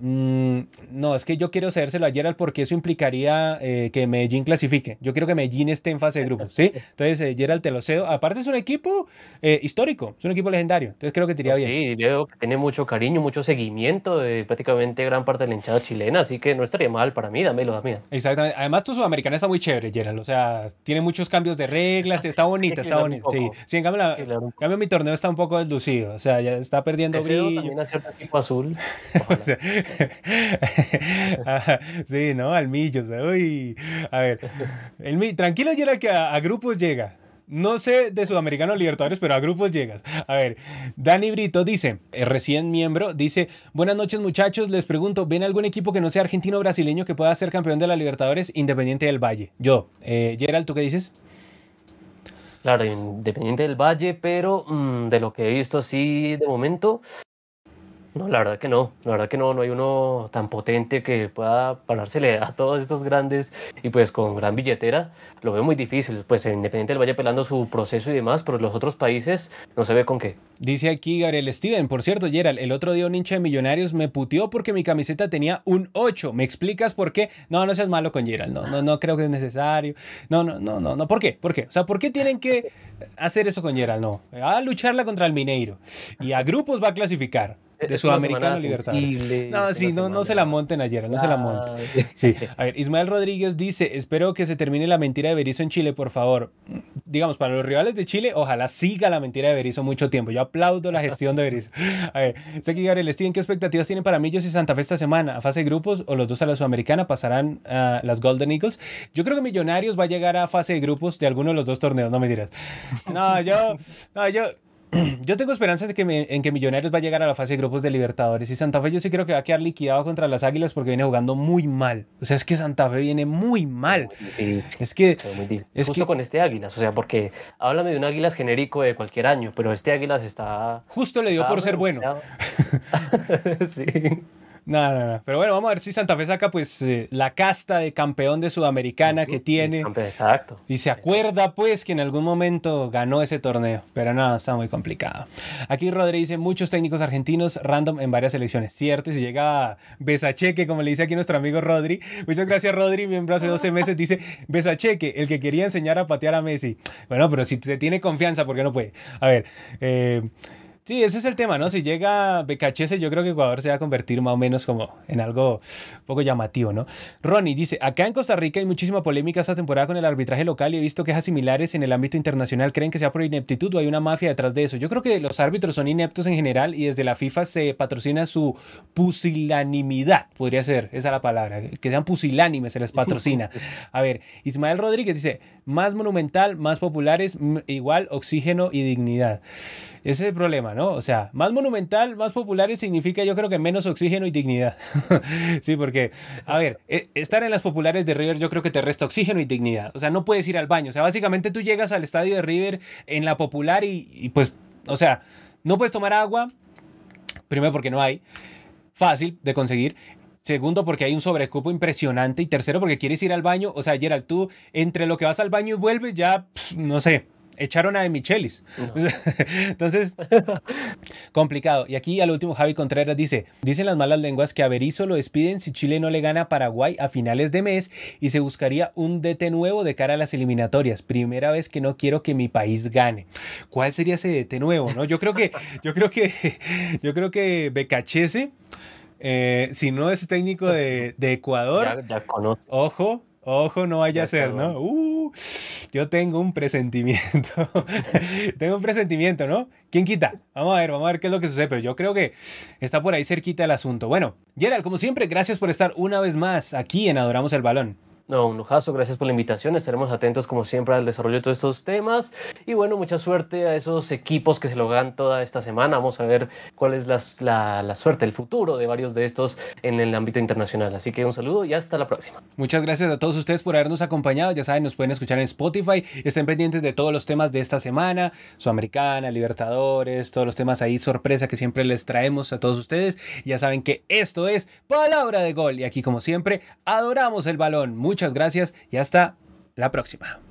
no, es que yo quiero cedérselo a Gerald porque eso implicaría que Medellín clasifique. Yo quiero que Medellín esté en fase de grupos, ¿sí? Entonces Gerald te lo cedo. Aparte es un equipo histórico, es un equipo legendario. Entonces creo que te iría bien. Sí, veo que tiene mucho cariño, mucho seguimiento de prácticamente gran parte de la hinchada chilena, así que no estaría mal para mí, dámelo. Exactamente. Además tu Sudamericana está muy chévere, Gerald. O sea, tiene muchos cambios de reglas, está bonita, está bonita. Sí, en cambio mi torneo está un poco deslucido, o sea, ya está perdiendo brillo. También a cierto equipo azul. O sea, sí, ¿no? Al Millos. Uy. A ver, tranquilo, Gerald, que a grupos llega. No sé de Sudamericano Libertadores, pero a grupos llegas. A ver, Dani Brito dice, recién miembro, dice, buenas noches muchachos, les pregunto, ¿ven algún equipo que no sea argentino o brasileño que pueda ser campeón de la Libertadores Independiente del Valle? Yo, Gerald, ¿tú qué dices? Claro, Independiente del Valle, pero de lo que he visto así de momento, no, la verdad que no, no hay uno tan potente que pueda parársele a todos estos grandes y pues con gran billetera, lo veo muy difícil, pues Independiente del Valle pelando su proceso y demás, pero los otros países no se ve con qué. Dice aquí Gabriel Steven, por cierto, Gerald, el otro día un hincha de Millonarios me puteó porque mi camiseta tenía un 8, ¿me explicas por qué? No seas malo con Gerald, no creo que es necesario, no, ¿por qué? O sea, ¿por qué tienen que hacer eso con Gerald? No, va a lucharla contra el Mineiro y a grupos va a clasificar. De Sudamericano Libertadores. No, sí, no se la monten ayer, no se la monten. Sí. A ver, Ismael Rodríguez dice, espero que se termine la mentira de Berizzo en Chile, por favor. Digamos, para los rivales de Chile, ojalá siga la mentira de Berizzo mucho tiempo. Yo aplaudo la gestión de Berizzo. A ver, Seki Gabriel Steven, ¿qué expectativas tienen para Millos y Santa Fe esta semana? ¿A fase de grupos o los dos a la Sudamericana? ¿Pasarán a las Golden Eagles? Yo creo que Millonarios va a llegar a fase de grupos de alguno de los dos torneos, no me dirás. Yo tengo esperanzas de en que Millonarios va a llegar a la fase de grupos de Libertadores y Santa Fe yo sí creo que va a quedar liquidado contra las Águilas porque viene jugando muy mal. O sea, es que Santa Fe viene muy mal. Sí, justo con este Águilas, o sea, porque háblame de un Águilas genérico de cualquier año, pero este Águilas está... Justo le dio por ser bueno. Sí. No. Pero bueno, vamos a ver si Santa Fe saca pues la casta de campeón de Sudamericana que tiene. Exacto. Y se acuerda pues que en algún momento ganó ese torneo. Pero no, está muy complicado. Aquí Rodri dice, muchos técnicos argentinos random en varias selecciones. Cierto, y si llega Besacheque, como le dice aquí nuestro amigo Rodri. Muchas gracias Rodri, miembro hace 12 meses. Dice, Besacheque, el que quería enseñar a patear a Messi. Bueno, pero si se tiene confianza, ¿por qué no puede? A ver, sí, ese es el tema, ¿no? Si llega Becachese, yo creo que Ecuador se va a convertir más o menos como en algo un poco llamativo, ¿no? Ronnie dice, acá en Costa Rica hay muchísima polémica esta temporada con el arbitraje local y he visto quejas similares en el ámbito internacional. ¿Creen que sea por ineptitud o hay una mafia detrás de eso? Yo creo que los árbitros son ineptos en general y desde la FIFA se patrocina su pusilanimidad, podría ser, esa es la palabra, que sean pusilánimes, se les patrocina. A ver, Ismael Rodríguez dice, más monumental, más populares, igual oxígeno y dignidad. Ese es el problema, ¿no? O sea, más monumental, más populares significa yo creo que menos oxígeno y dignidad. Sí, porque, a ver, estar en las populares de River yo creo que te resta oxígeno y dignidad. O sea, no puedes ir al baño. O sea, básicamente tú llegas al estadio de River en la popular y pues, o sea, no puedes tomar agua. Primero porque no hay. Fácil de conseguir. Segundo, porque hay un sobrecupo impresionante. Y tercero, porque quieres ir al baño. O sea, Gerald, tú entre lo que vas al baño y vuelves ya, no sé, echaron a De Michelis. No. Entonces, complicado. Y aquí al último Javi Contreras dice, dicen las malas lenguas que a Berizzo lo despiden si Chile no le gana a Paraguay a finales de mes y se buscaría un DT nuevo de cara a las eliminatorias. Primera vez que no quiero que mi país gane. ¿Cuál sería ese DT nuevo? ¿No? Yo creo que Becachese, si no es técnico de Ecuador, ya conozco. Ojo, no vaya a ser, ¿no? Yo tengo un presentimiento. Tengo un presentimiento, ¿no? ¿Quién quita? Vamos a ver qué es lo que sucede, pero yo creo que está por ahí cerquita el asunto. Bueno, Gerald, como siempre, gracias por estar una vez más aquí en Adoramos el Balón. No, un lujazo, gracias por la invitación, estaremos atentos como siempre al desarrollo de todos estos temas y bueno, mucha suerte a esos equipos que se lo ganan toda esta semana, vamos a ver cuál es la suerte, el futuro de varios de estos en el ámbito internacional, así que un saludo y hasta la próxima. Muchas gracias a todos ustedes por habernos acompañado, ya saben, nos pueden escuchar en Spotify, estén pendientes de todos los temas de esta semana, Sudamericana, Libertadores, todos los temas ahí sorpresa que siempre les traemos a todos ustedes, ya saben que esto es Palabra de Gol y aquí como siempre, adoramos el balón. Muchas gracias y hasta la próxima.